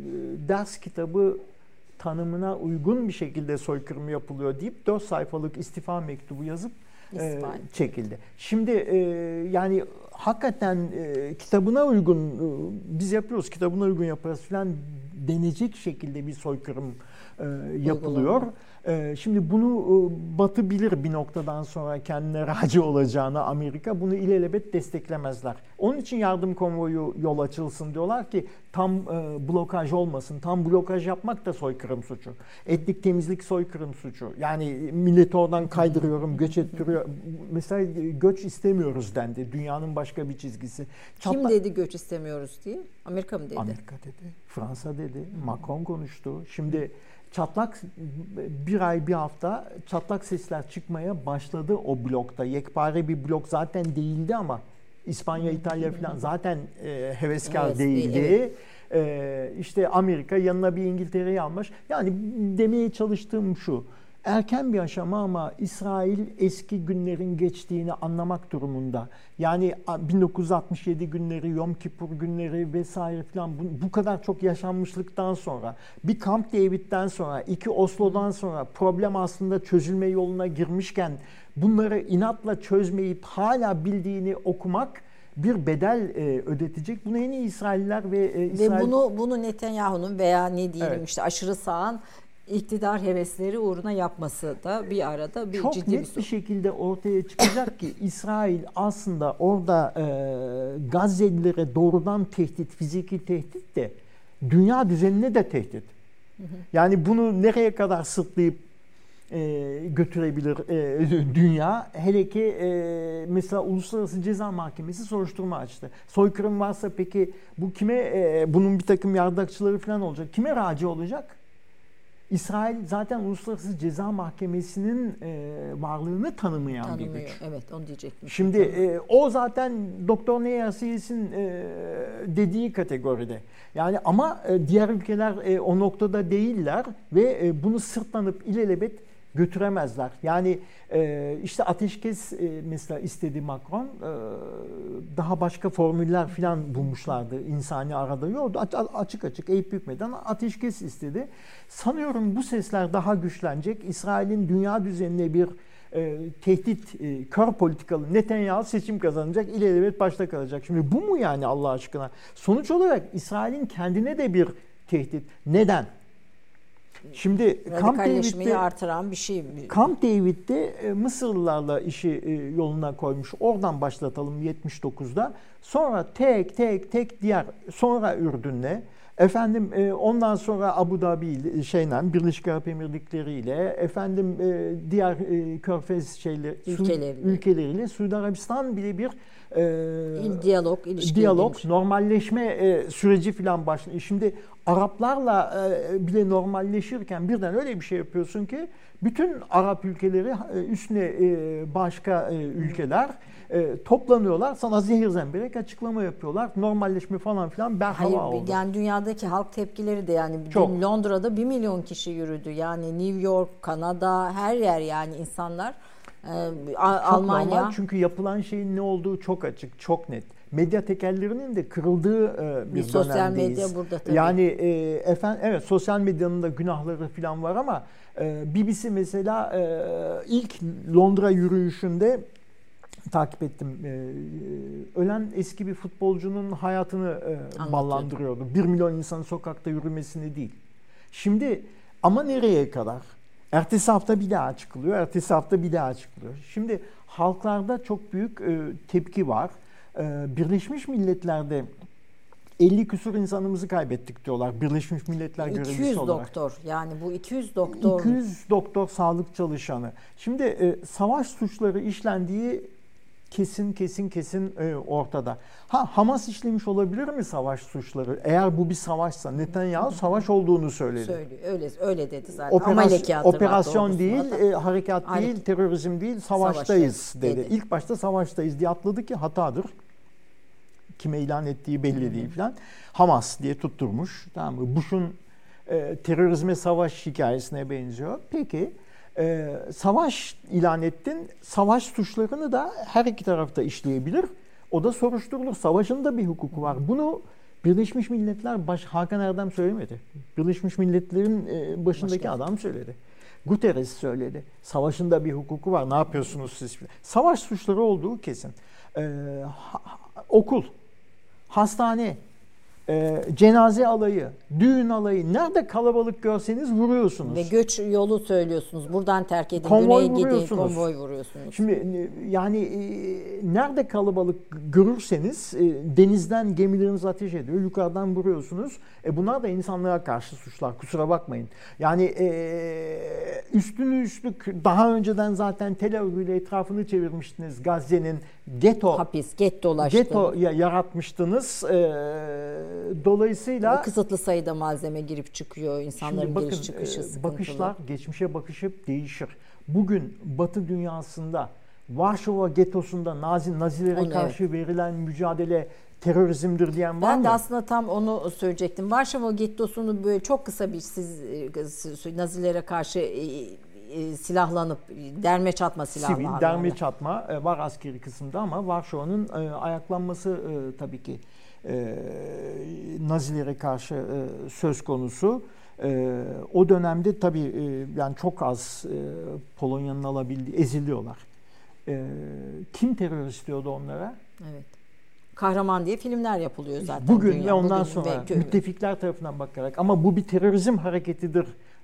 ders kitabı tanımına uygun bir şekilde soykırım yapılıyor deyip dört sayfalık istifa mektubu yazıp e, çekildi. Şimdi e, yani hakikaten e, kitabına uygun e, biz yapıyoruz, kitabına uygun yaparız falan denecek şekilde bir soykırım e, yapılıyor. E, şimdi bunu e, Batı bilir bir noktadan sonra kendine raci olacağını, Amerika bunu ilelebet desteklemezler. Onun için yardım konvoyu yol açılsın diyorlar ki tam e, blokaj olmasın. Tam blokaj yapmak da soykırım suçu. Etnik temizlik soykırım suçu. Yani milleti oradan kaydırıyorum, göç ettiriyor. Mesela göç istemiyoruz dendi. Dünyanın başka bir çizgisi. Çatla... Kim dedi göç istemiyoruz diye? Amerika mı dedi? Amerika dedi. Fransa dedi. Macron konuştu. Şimdi çatlak bir ay bir hafta çatlak sesler çıkmaya başladı o blokta. Yekpare bir blok zaten değildi ama İspanya, İtalya falan zaten e, heveskar evet, değildi. Evet. E, işte Amerika yanına bir İngiltere'yi almış. Yani demeye çalıştığım şu. Erken bir aşama ama İsrail eski günlerin geçtiğini anlamak durumunda. Yani bin dokuz yüz altmış yedi günleri, Yom Kippur günleri vesaire falan bu, bu kadar çok yaşanmışlıktan sonra, bir Camp David'den sonra, iki Oslo'dan sonra problem aslında çözülme yoluna girmişken bunları inatla çözmeyip hala bildiğini okumak bir bedel e, ödetecek. Bunu en iyi İsrailliler ve e, İsrail... Ve bunu bunu Netanyahu'nun veya ne diyelim evet. işte aşırı sağın iktidar hevesleri uğruna yapması da bir arada bir çok ciddi net bir, bir şekilde ortaya çıkacak ki İsrail aslında orada e, Gazelilere doğrudan tehdit, fiziki tehdit de dünya düzenine de tehdit. Hı hı. Yani bunu nereye kadar sırtlayıp e, götürebilir e, dünya? Hele ki e, mesela Uluslararası Ceza Mahkemesi soruşturma açtı. Soykırım varsa peki bu kime, e, bunun bir takım yardakçıları falan olacak? Kime raci olacak? İsrail zaten Uluslararası Ceza Mahkemesi'nin e, varlığını tanımayan Tanımıyor. bir güç. Evet, onu diyecektim. Şimdi e, o zaten Doktor Neyasiyes'in e, dediği kategoride. Yani ama e, diğer ülkeler e, o noktada değiller ve e, bunu sırtlanıp ilelebet götüremezler. Yani e, işte ateşkes e, mesela istedi Macron, e, daha başka formüller falan bulmuşlardı insani arada yoldu. Açık açık eğip bükmeden ateşkes istedi. Sanıyorum bu sesler daha güçlenecek. İsrail'in dünya düzenine bir e, tehdit, e, kör politikalı Netanyahu seçim kazanacak, ilelebet başta kalacak. Şimdi bu mu yani Allah aşkına? Sonuç olarak İsrail'in kendine de bir tehdit. Neden? Şimdi Camp David'de artıran bir şey. Camp David'de Mısırlılarla işi yoluna koymuş. Oradan başlatalım yetmiş dokuzda. Sonra tek tek tek diğer, sonra Ürdün'le, efendim ondan sonra Abu Dhabi şeyle, Birleşik Arap Emirlikleri ile, efendim diğer Körfez şeyleri ülkeleriyle, ülkeleriyle Suudi Arabistan bile bir e, diyalog, ilişki diyalog, girmiş. normalleşme e, süreci falan başlıyor. Şimdi Araplarla e, bile normalleşirken birden öyle bir şey yapıyorsun ki bütün Arap ülkeleri e, üstüne e, başka e, ülkeler e, toplanıyorlar. Sana zehir zemberek açıklama yapıyorlar. Normalleşme falan filan berhava Hayır, oldu. Yani dünyadaki halk tepkileri de yani Çok. Dün Londra'da bir milyon kişi yürüdü. Yani New York, Kanada, her yer yani insanlar. Ee, Çok Almanya. normal çünkü yapılan şeyin ne olduğu çok açık, çok net. medya tekellerinin de kırıldığı e, bir, bir sosyal dönemdeyiz. medya burada tabii. Yani e, efendim evet sosyal medyanın da günahları falan var ama e, B B C mesela e, ilk Londra yürüyüşünde takip ettim. Ee, ölen eski bir futbolcunun hayatını e, ballandırıyordu. Bir milyon insanın sokakta yürümesini değil. Şimdi ama nereye kadar? Ertesi hafta bir daha çıkılıyor. Ertesi hafta bir daha çıkılıyor. Şimdi halklarda çok büyük e, tepki var. E, Birleşmiş Milletler'de elli küsur insanımızı kaybettik diyorlar. Birleşmiş Milletler görevlisi olarak. iki yüz doktor. Yani bu iki yüz doktor. iki yüz doktor sağlık çalışanı. Şimdi e, savaş suçları işlendiği kesin kesin kesin e, ortada. Ha Hamas işlemiş olabilir mi savaş suçları? Eğer bu bir savaşsa Netanyahu savaş olduğunu söyledi. Söylüyor. Öyle öyle dedi zaten. Operasyon, operasyon değil, e, harekat Hareket. değil, terörizm değil, savaştayız, savaştayız dedi. dedi. İlk başta savaştayız diye atladı ki hatadır. Kime ilan ettiği belli değil falan. Hamas diye tutturmuş. Tamam mı? Bush'un e, terörizme savaş hikayesine benziyor. Peki Ee, savaş ilan ettin. Savaş suçlarını da her iki tarafta işleyebilir. O da soruşturulur. Savaşın da bir hukuku var. Bunu Birleşmiş Milletler baş Hakan Erdem söylemedi. Birleşmiş Milletler'in e, başındaki Başka. adam söyledi. Guterres söyledi. Savaşın da bir hukuku var. Ne yapıyorsunuz siz? Savaş suçları olduğu kesin. Ee, ha, okul, hastane, E, cenaze alayı, düğün alayı, nerede kalabalık görseniz vuruyorsunuz. Ve göç yolu söylüyorsunuz. Buradan terk edin, konvoy güneye gidin, vuruyorsunuz. konvoy vuruyorsunuz. Şimdi yani e, nerede kalabalık görürseniz e, denizden gemileriniz ateş ediyor, yukarıdan vuruyorsunuz. E, bunlar da insanlığa karşı suçlar, kusura bakmayın. Yani e, üstünü üstlük daha önceden zaten Tel Aviv ile etrafını çevirmiştiniz. Gazze'nin getto, hapis, gettolaştı. getto yaratmıştınız. E, Dolayısıyla kısıtlı sayıda malzeme girip çıkıyor. İnsanların bakın, giriş çıkışı sıkıntılı. Bakışlar, geçmişe bakış hep değişir. Bugün Batı dünyasında Varşova getosunda Nazi Nazilere onu, karşı evet. verilen mücadele terörizmdir diyen var mı? Ben de aslında tam onu söyleyecektim. Varşova gettosunu böyle çok kısa bir siz Nazilere karşı e, e, silahlanıp derme çatma silahlar. Sivil derme çatma e, var askeri kısımda ama Varşova'nın e, ayaklanması e, tabii ki e, Nazilere karşı e, söz konusu. E, o dönemde tabii e, yani çok az e, Polonya'nın alabildiği eziliyorlar. E, kim terörist diyordu onlara? Evet. Kahraman diye filmler yapılıyor zaten. Bugün dünya, ve ondan bugün sonra ve müttefikler tarafından bakarak ama bu bir terörizm hareketidir.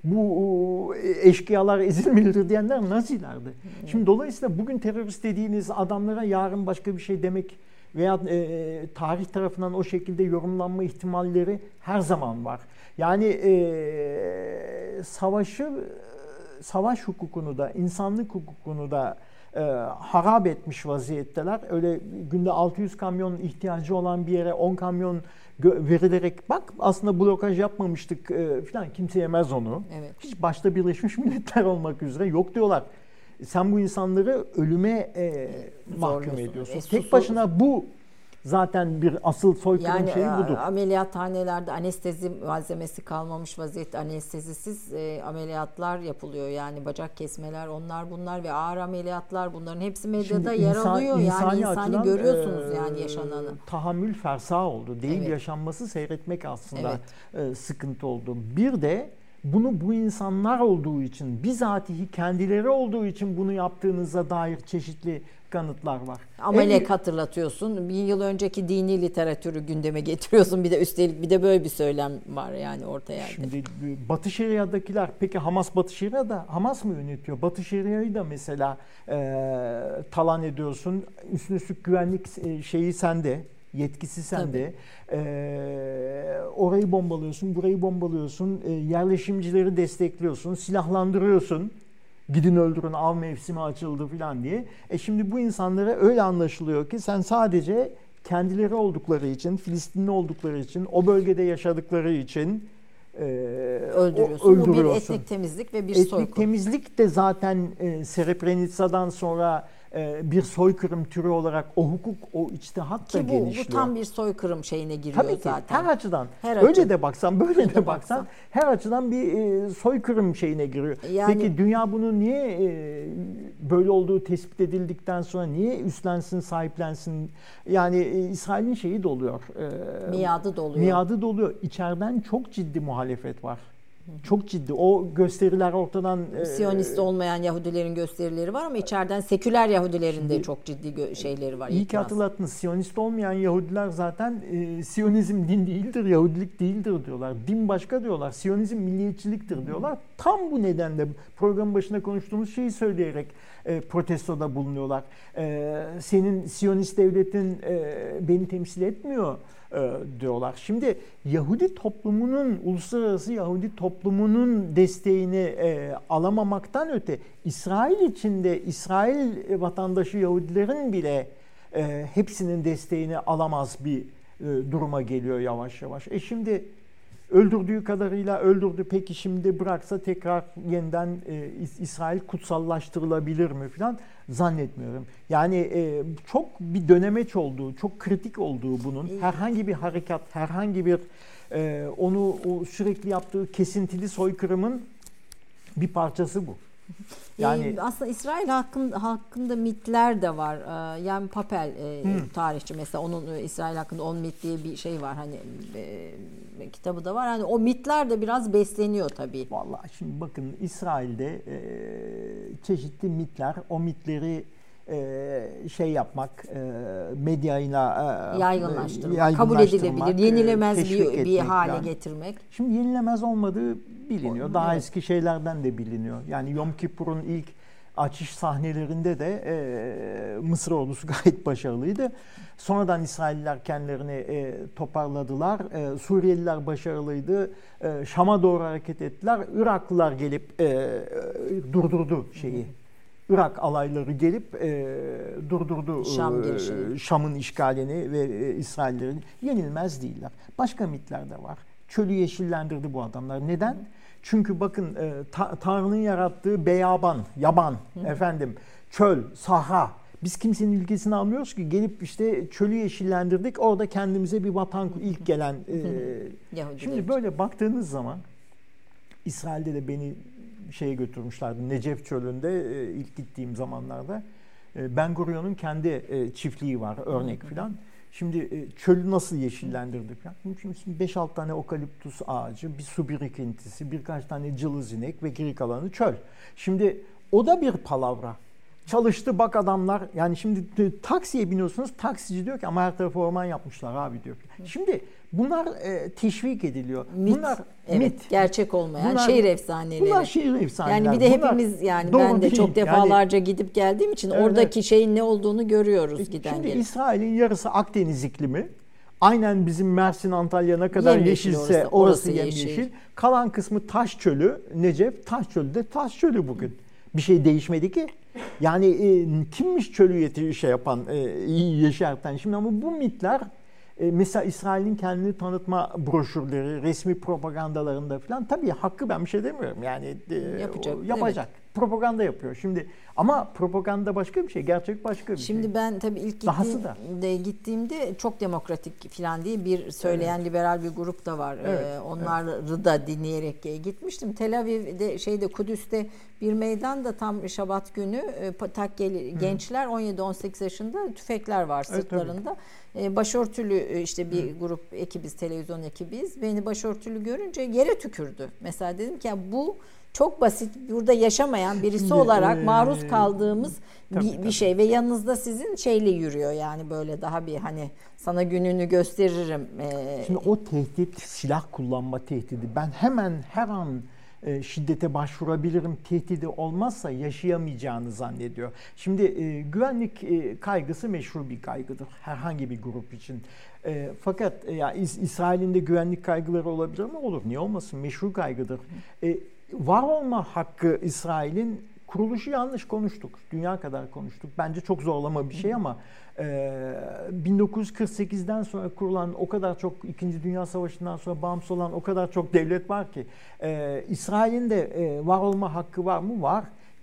Bu eşkıyalar ezilmelidir diyenler Nazilerdi. Hmm. Şimdi dolayısıyla bugün terörist dediğiniz adamlara yarın başka bir şey demek veya e, tarih tarafından o şekilde yorumlanma ihtimalleri her zaman var. Yani e, savaşı, savaş hukukunu da, insanlık hukukunu da e, harap etmiş vaziyetteler. Öyle günde altı yüz kamyon ihtiyacı olan bir yere on kamyon verilerek bak aslında blokaj yapmamıştık e, falan kimse yemez onu. Evet. Hiç başta Birleşmiş Milletler olmak üzere yok diyorlar. Sen bu insanları ölüme e, mahkum ediyorsun. E, Tek başına bu zaten bir asıl soykırım yani, şeyi budur. Ameliyathanelerde anestezi malzemesi kalmamış vaziyette anestezisiz e, ameliyatlar yapılıyor. Yani bacak kesmeler onlar bunlar ve ağır ameliyatlar bunların hepsi medyada Şimdi yer insan, alıyor. Yani insani açıdan, görüyorsunuz e, yani yaşananı. Tahammül fersa oldu. Değil evet. yaşanması seyretmek aslında evet. e, sıkıntı oldu. Bir de bunu bu insanlar olduğu için, bizatihi kendileri olduğu için bunu yaptığınıza dair çeşitli kanıtlar var. Amelek en... hatırlatıyorsun. Bir yıl önceki dini literatürü gündeme getiriyorsun. Bir de üstelik bir de böyle bir söylem var yani orta yerde. Şimdi Batı Şeria'dakiler, peki Hamas Batı Şeria'da Hamas mı yönetiyor? Batı Şeria'yı da mesela e, talan ediyorsun. Üstüne üstlük güvenlik şeyi sende. Yetkisi sende. Ee, orayı bombalıyorsun, burayı bombalıyorsun, e, yerleşimcileri destekliyorsun, silahlandırıyorsun. Gidin öldürün, av mevsimi açıldı falan diye. E şimdi bu insanlara öyle anlaşılıyor ki sen sadece kendileri oldukları için, Filistinli oldukları için, o bölgede yaşadıkları için e, öldürüyorsun. Bu bir etnik temizlik ve bir etnik soykırım. Etnik temizlik de zaten e, Srebrenica'dan sonra e, bir soykırım türü olarak o hukuk, o içtihat da Ki bu, genişliyor. bu tam bir soykırım şeyine giriyor Tabii ki, zaten. her açıdan. Her Öyle açı. de baksan, böyle Öyle de de baksan, baksan. her açıdan bir e, soykırım şeyine giriyor. Yani- Peki dünya bunu niye e, böyle olduğu tespit edildikten sonra niye üstlensin, sahiplensin? Yani e, İsrail'in şeyi doluyor. E, Miadı doluyor. Miadı doluyor. İçeriden çok ciddi muhalefet var. Çok ciddi. O gösteriler ortadan... e, Siyonist olmayan Yahudilerin gösterileri var ama içeriden seküler Yahudilerin de çok ciddi gö- şeyleri var. İyi ki itiraz. hatırlattınız. Siyonist olmayan Yahudiler zaten e, Siyonizm din değildir, Yahudilik değildir diyorlar. Din başka diyorlar. Siyonizm milliyetçiliktir diyorlar. Tam bu nedenle programın başında konuştuğumuz şeyi söyleyerek e, protestoda bulunuyorlar. E, senin Siyonist devletin e, beni temsil etmiyor e, diyorlar. Şimdi Yahudi toplumunun, uluslararası Yahudi toplumunun desteğini e, alamamaktan öte İsrail içinde İsrail vatandaşı Yahudilerin bile e, hepsinin desteğini alamaz bir e, duruma geliyor yavaş yavaş. E şimdi öldürdüğü kadarıyla öldürdü. Peki şimdi bıraksa tekrar yeniden e, İsrail kutsallaştırılabilir mi falan zannetmiyorum. Yani e, çok bir dönemeç olduğu, çok kritik olduğu bunun herhangi bir harekat, herhangi bir e, onu o sürekli yaptığı kesintili soykırımın bir parçası bu. Yani ee, aslında İsrail hakkında, hakkında mitler de var. Ee, yani Papel e, hmm. tarihçi mesela onun e, İsrail hakkında on mit diye bir şey var. Hani e, kitabı da var. Hani o mitler de biraz besleniyor tabii. Vallahi şimdi bakın İsrail'de e, çeşitli mitler, o mitleri e, şey yapmak, e, medyayla e, yaygınlaştırmak, kabul edilebilir, yenilemez bir, bir hale yani. getirmek. Şimdi yenilemez olmadığı biliniyor. Daha evet. eski şeylerden de biliniyor. Yani Yom Kippur'un ilk açış sahnelerinde de e, Mısır ordusu gayet başarılıydı. Sonradan İsrailliler kendilerini e, toparladılar. E, Suriyeliler başarılıydı. E, Şam'a doğru hareket ettiler. Iraklılar gelip e, e, durdurdu şeyi. Irak alayları gelip e, durdurdu Şam e, Şam'ın işgalini ve e, İsraillerin. Yenilmez değiller. Başka mitler de var. Çölü yeşillendirdi bu adamlar. Neden? Hı. Çünkü bakın e, ta, Tanrı'nın yarattığı beyaban, yaban, Hı. efendim, çöl, sahra. Biz kimsenin ülkesini almıyoruz ki gelip işte çölü yeşillendirdik. Orada kendimize bir vatan ilk gelen. E, şimdi böyle baktığınız zaman İsrail'de de beni şeye götürmüşlerdi. Necef Çölü'nde e, ilk gittiğim zamanlarda. E, Ben Gurion'un kendi e, çiftliği var, örnek filan. Şimdi e, çölü nasıl yeşillendirdik falan. Şimdi beş altı tane okaliptus ağacı, bir su birikintisi, birkaç tane cılız inek ve geri kalanı çöl. Şimdi o da bir palavra. Çalıştı bak adamlar. Yani şimdi taksiye biniyorsunuz. Taksici diyor ki ama her tarafı orman yapmışlar abi diyor. Şimdi bunlar e, teşvik ediliyor. Mit. Bunlar evet, mit. Gerçek olmayan bunlar, şehir efsaneleri. Bunlar şehir efsaneleri. Yani bir de bunlar hepimiz yani ben de değil. çok defalarca yani, gidip geldiğim için evet, oradaki şeyin ne olduğunu görüyoruz e, giden Şimdi gelip. İsrail'in yarısı Akdeniz iklimi. Aynen bizim Mersin, Antalya ne kadar yemyeşil yeşilse orası, orası, orası yemyeşil. Yeşil. Kalan kısmı taş çölü. Necef taş çölü de taş çölü bugün. Bir şey değişmedi ki. Yani e, kimmiş çölü yeti şey yapan, e, yeşerten şimdi ama bu mitler e, mesela İsrail'in kendini tanıtma broşürleri, resmi propagandalarında falan tabii hakkı ben bir şey demiyorum. Yani e, yapacak. Yapacak. Evet. Propaganda yapıyor. Şimdi ama propaganda başka bir şey, gerçek başka bir Şimdi şey. Şimdi ben tabii ilk gittiğimde, gittiğimde çok demokratik falan diye bir söyleyen evet, liberal bir grup da var. Evet, ee, onları evet, da dinleyerek gitmiştim. Tel Aviv'de şeyde Kudüs'te bir meydanda tam Şabat günü takkeli gençler on yedi on sekiz yaşında tüfekler var sırtlarında. Evet, başörtülü işte bir Hı. grup ekibiz, televizyon ekibiz. Beni başörtülü görünce yere tükürdü. Mesela dedim ki ya bu çok basit, burada yaşamayan birisi Şimdi, olarak e, maruz kaldığımız tabii, bir, tabii. bir şey ve yanınızda sizin şeyle yürüyor yani böyle daha bir hani sana gününü gösteririm. E, Şimdi o tehdit, silah kullanma tehdidi. Ben hemen her an e, şiddete başvurabilirim tehdidi olmazsa yaşayamayacağını zannediyor. Şimdi e, güvenlik e, kaygısı meşru bir kaygıdır herhangi bir grup için. E, fakat e, ya İs- İsrail'in de güvenlik kaygıları olabilir mi? Olur. Niye olmasın? Meşru kaygıdır. E, var olma hakkı İsrail'in kuruluşu yanlış konuştuk. Dünya kadar konuştuk. Bence çok zorlama bir şey ama e, bin dokuz yüz kırk sekizden sonra kurulan o kadar çok İkinci Dünya Savaşı'ndan sonra bağımsız olan o kadar çok devlet var ki e, İsrail'in de e, var olma hakkı var mı? Var.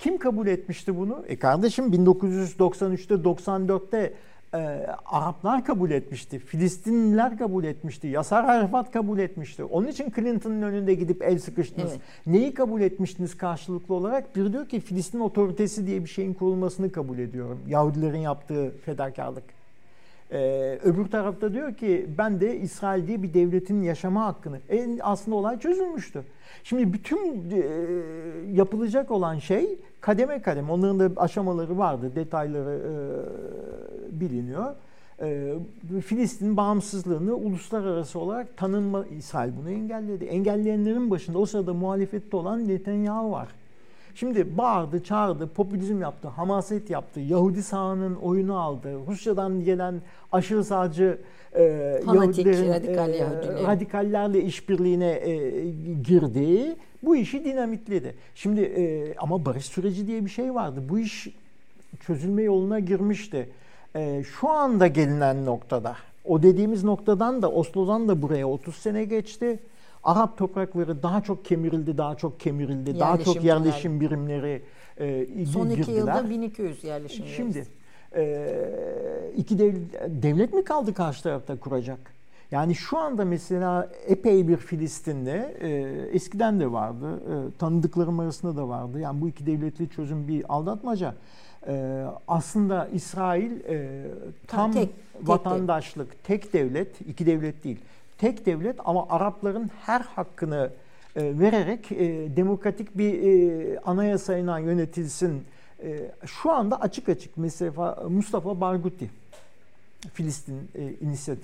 Kim kabul etmişti bunu? E kardeşim bin dokuz yüz doksan üçte doksan dörtte e, Araplar kabul etmişti. Filistinliler kabul etmişti. Yasar Arafat kabul etmişti. Onun için Clinton'ın önünde gidip el sıkıştınız. Evet. Neyi kabul etmiştiniz karşılıklı olarak? Bir diyor ki Filistin otoritesi diye bir şeyin kurulmasını kabul ediyorum. Yahudilerin yaptığı fedakarlık. Ee, öbür tarafta diyor ki ben de İsrail diye bir devletin yaşama hakkını. E, aslında olay çözülmüştü. Şimdi bütün e, yapılacak olan şey kademe kademe. Onların da aşamaları vardı. Detayları e, biliniyor. E, Filistin bağımsızlığını uluslararası olarak tanınma. İsrail bunu engelledi. Engelleyenlerin başında o sırada muhalefette olan Netanyahu var. Şimdi bağırdı, çağırdı, popülizm yaptı, hamaset yaptı, Yahudi sağının oyunu aldı, Rusya'dan gelen aşırı sağcı e, fanatik, Yahudilerin, radikal e, Yahudiler. radikallerle işbirliğine e, girdi. Bu işi dinamitledi. Şimdi e, ama barış süreci diye bir şey vardı. Bu iş çözülme yoluna girmişti. E, şu anda gelinen noktada, o dediğimiz noktadan da Oslo'dan da buraya otuz sene geçti. Arap toprakları daha çok kemirildi, daha çok kemirildi, yerleşim daha çok yerleşim birimleri e, girdiler. Son iki yılda bin iki yüz yerleşim. Şimdi e, iki dev, devlet mi kaldı karşı tarafta kuracak? Yani şu anda mesela epey bir Filistinli, e, eskiden de vardı, e, tanıdıklarım arasında da vardı. Yani bu iki devletli çözüm bir aldatmaca. E, aslında İsrail e, tam tek, vatandaşlık, tek, tek devlet, iki devlet değil. Tek devlet ama Arapların her hakkını e, vererek e, demokratik bir e, anayasayla yönetilsin. E, şu anda açık açık mesela Mustafa Barghouti, Filistin e,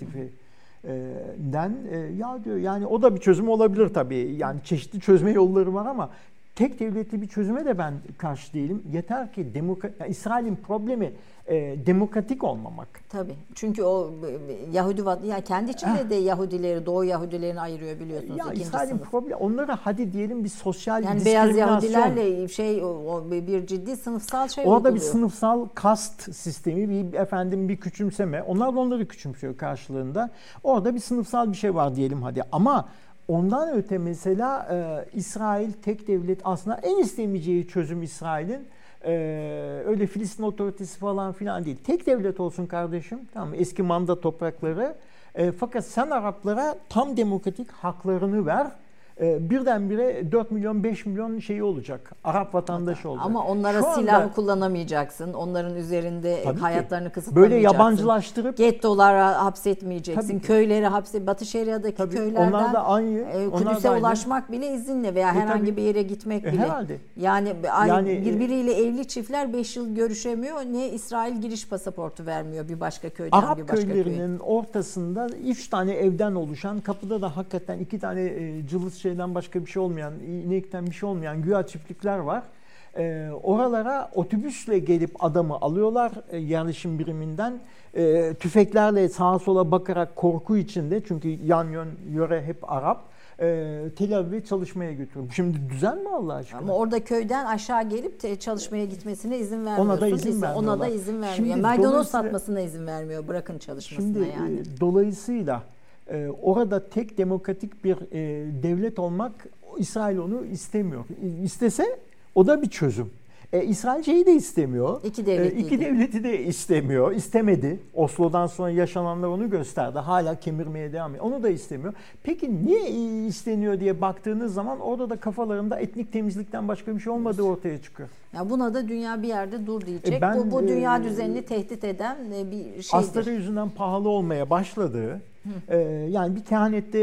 inisiyatifinden e, ya diyor yani o da bir çözüm olabilir tabii. Yani çeşitli çözme yolları var ama tek devletli bir çözüme de ben karşı değilim. Yeter ki demokra- yani İsrail'in problemi e, demokratik olmamak. Tabii. Çünkü o Yahudi ya yani kendi içinde Heh. de Yahudileri, Doğu Yahudilerini ayırıyor biliyorsunuz. Ya İsrail'in problemi onlara hadi diyelim bir sosyal yani diskriminasyon. Beyaz Yahudilerle şey o, bir ciddi sınıfsal şey Orada uyguluyor. bir sınıfsal kast sistemi, bir efendim bir küçümseme. Onlar da onları küçümsüyor karşılığında. Orada bir sınıfsal bir şey var diyelim hadi. Ama ondan öte mesela e, İsrail tek devlet aslında en istemeyeceği çözüm İsrail'in e, öyle Filistin otoritesi falan filan değil. Tek devlet olsun kardeşim. Tamam, eski manda toprakları. E, fakat sen Araplara tam demokratik haklarını ver. E, birdenbire dört milyon beş milyon şeyi olacak. Arap vatandaşı olacak. Ama onlara Şu silah anda, kullanamayacaksın. Onların üzerinde tabii hayatlarını ki. kısıtlamayacaksın. Böyle yabancılaştırıp gettolara hapsetmeyeceksin. Köyleri hapset. Batı Şeria'daki tabii, köylerden onlar da aynı, e, Kudüs'e ulaşmak bile izinle veya e, herhangi tabii. bir yere gitmek e, bile. Herhalde. Yani, yani birbiriyle e, evli çiftler beş yıl görüşemiyor. Ne İsrail giriş pasaportu vermiyor bir başka köyden Arap bir başka köye. Arap köylerinin ortasında üç tane evden oluşan, kapıda da hakikaten iki tane e, cılız şeyden başka bir şey olmayan, inekten bir şey olmayan güya çiftlikler var. E, oralara otobüsle gelip adamı alıyorlar e, yerleşim biriminden. E, tüfeklerle sağa sola bakarak korku içinde, çünkü yan yön yöre hep Arap. E, Tel Aviv'e çalışmaya götürüyor. Şimdi düzen mi Allah aşkına? Ama orada köyden aşağı gelip çalışmaya gitmesine izin vermiyorsun. Ona da izin vermiyorlar. Ona da izin vermiyor. Yani maydanoz satmasına izin vermiyor. Bırakın çalışmasına şimdi, yani. E, dolayısıyla e, orada tek demokratik bir e, devlet olmak, İsrail onu istemiyor. İstese o da bir çözüm. E, İsrail şeyi de istemiyor. İki devleti. E, iki devleti de istemiyor. İstemedi. Oslo'dan sonra yaşananlar onu gösterdi. Hala kemirmeye devam ediyor. Onu da istemiyor. Peki niye isteniyor diye baktığınız zaman orada da kafalarında etnik temizlikten başka bir şey olmadığı ortaya çıkıyor. Ya buna da dünya bir yerde dur diyecek. E ben, bu, bu dünya e, düzenini tehdit eden bir şeydir. Astarı yüzünden pahalı olmaya başladığı, e, yani bir kehanette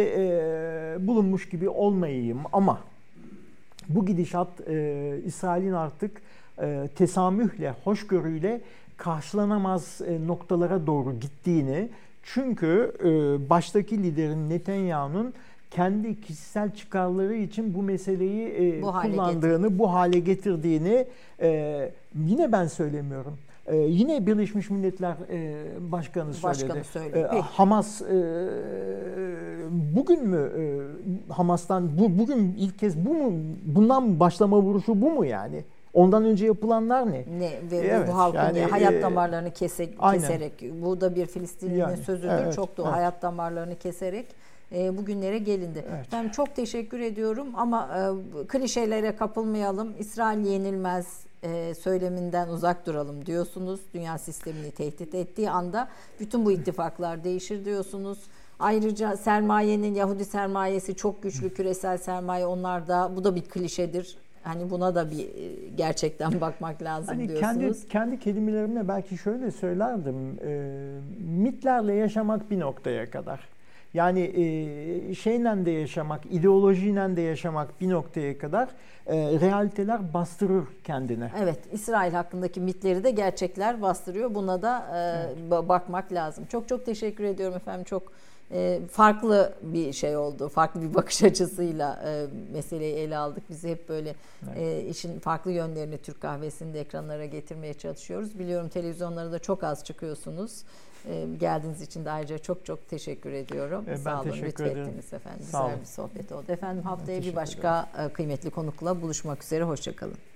e, bulunmuş gibi olmayayım ama bu gidişat e, İsrail'in artık e, tesamühle, hoşgörüyle karşılanamaz e, noktalara doğru gittiğini, çünkü e, baştaki liderin Netanyahu'nun kendi kişisel çıkarları için bu meseleyi e, bu kullandığını, getir. bu hale getirdiğini e, yine ben söylemiyorum. Ee, yine Birleşmiş Milletler e, Başkanı söyledi. Başkanı söyledi. Ee, Hamas e, bugün mü e, Hamas'tan bu bugün ilk kez bu mu, bundan başlama vuruşu bu mu yani? Ondan önce yapılanlar ne? Ne ve evet, bu halkın yani, hayat e, damarlarını kese, keserek, bu da bir Filistinli'nin yani, sözüdür. Evet, çok doğru. Evet. Hayat damarlarını keserek e, bugünlere gelindi. Evet. Ben çok teşekkür ediyorum ama e, klişelere kapılmayalım. İsrail yenilmez. e, söyleminden uzak duralım diyorsunuz. Dünya sistemini tehdit ettiği anda bütün bu ittifaklar değişir diyorsunuz. Ayrıca sermayenin, Yahudi sermayesi çok güçlü, küresel sermaye, onlar da, bu da bir klişedir. Hani buna da bir gerçekten bakmak lazım hani diyorsunuz. Kendi, kendi kelimelerimle belki şöyle söylerdim. E, mitlerle yaşamak bir noktaya kadar. Yani e, şeyle de yaşamak, ideolojiyle de yaşamak bir noktaya kadar, e, realiteler bastırır kendine. Evet, İsrail hakkındaki mitleri de gerçekler bastırıyor. Buna da e, evet. bakmak lazım. Çok çok teşekkür ediyorum efendim. Çok e, farklı bir şey oldu. Farklı bir bakış açısıyla e, meseleyi ele aldık. Biz hep böyle evet. e, işin farklı yönlerini Türk Kahvesi'nde ekranlara getirmeye çalışıyoruz. Biliyorum televizyonlara da çok az çıkıyorsunuz. Geldiğiniz için de ayrıca çok çok teşekkür ediyorum. Ben Sağ olun, lütfettiniz efendim. Güzel bir sohbet oldu. Efendim haftaya bir başka ederim. kıymetli konukla buluşmak üzere. Hoşça kalın.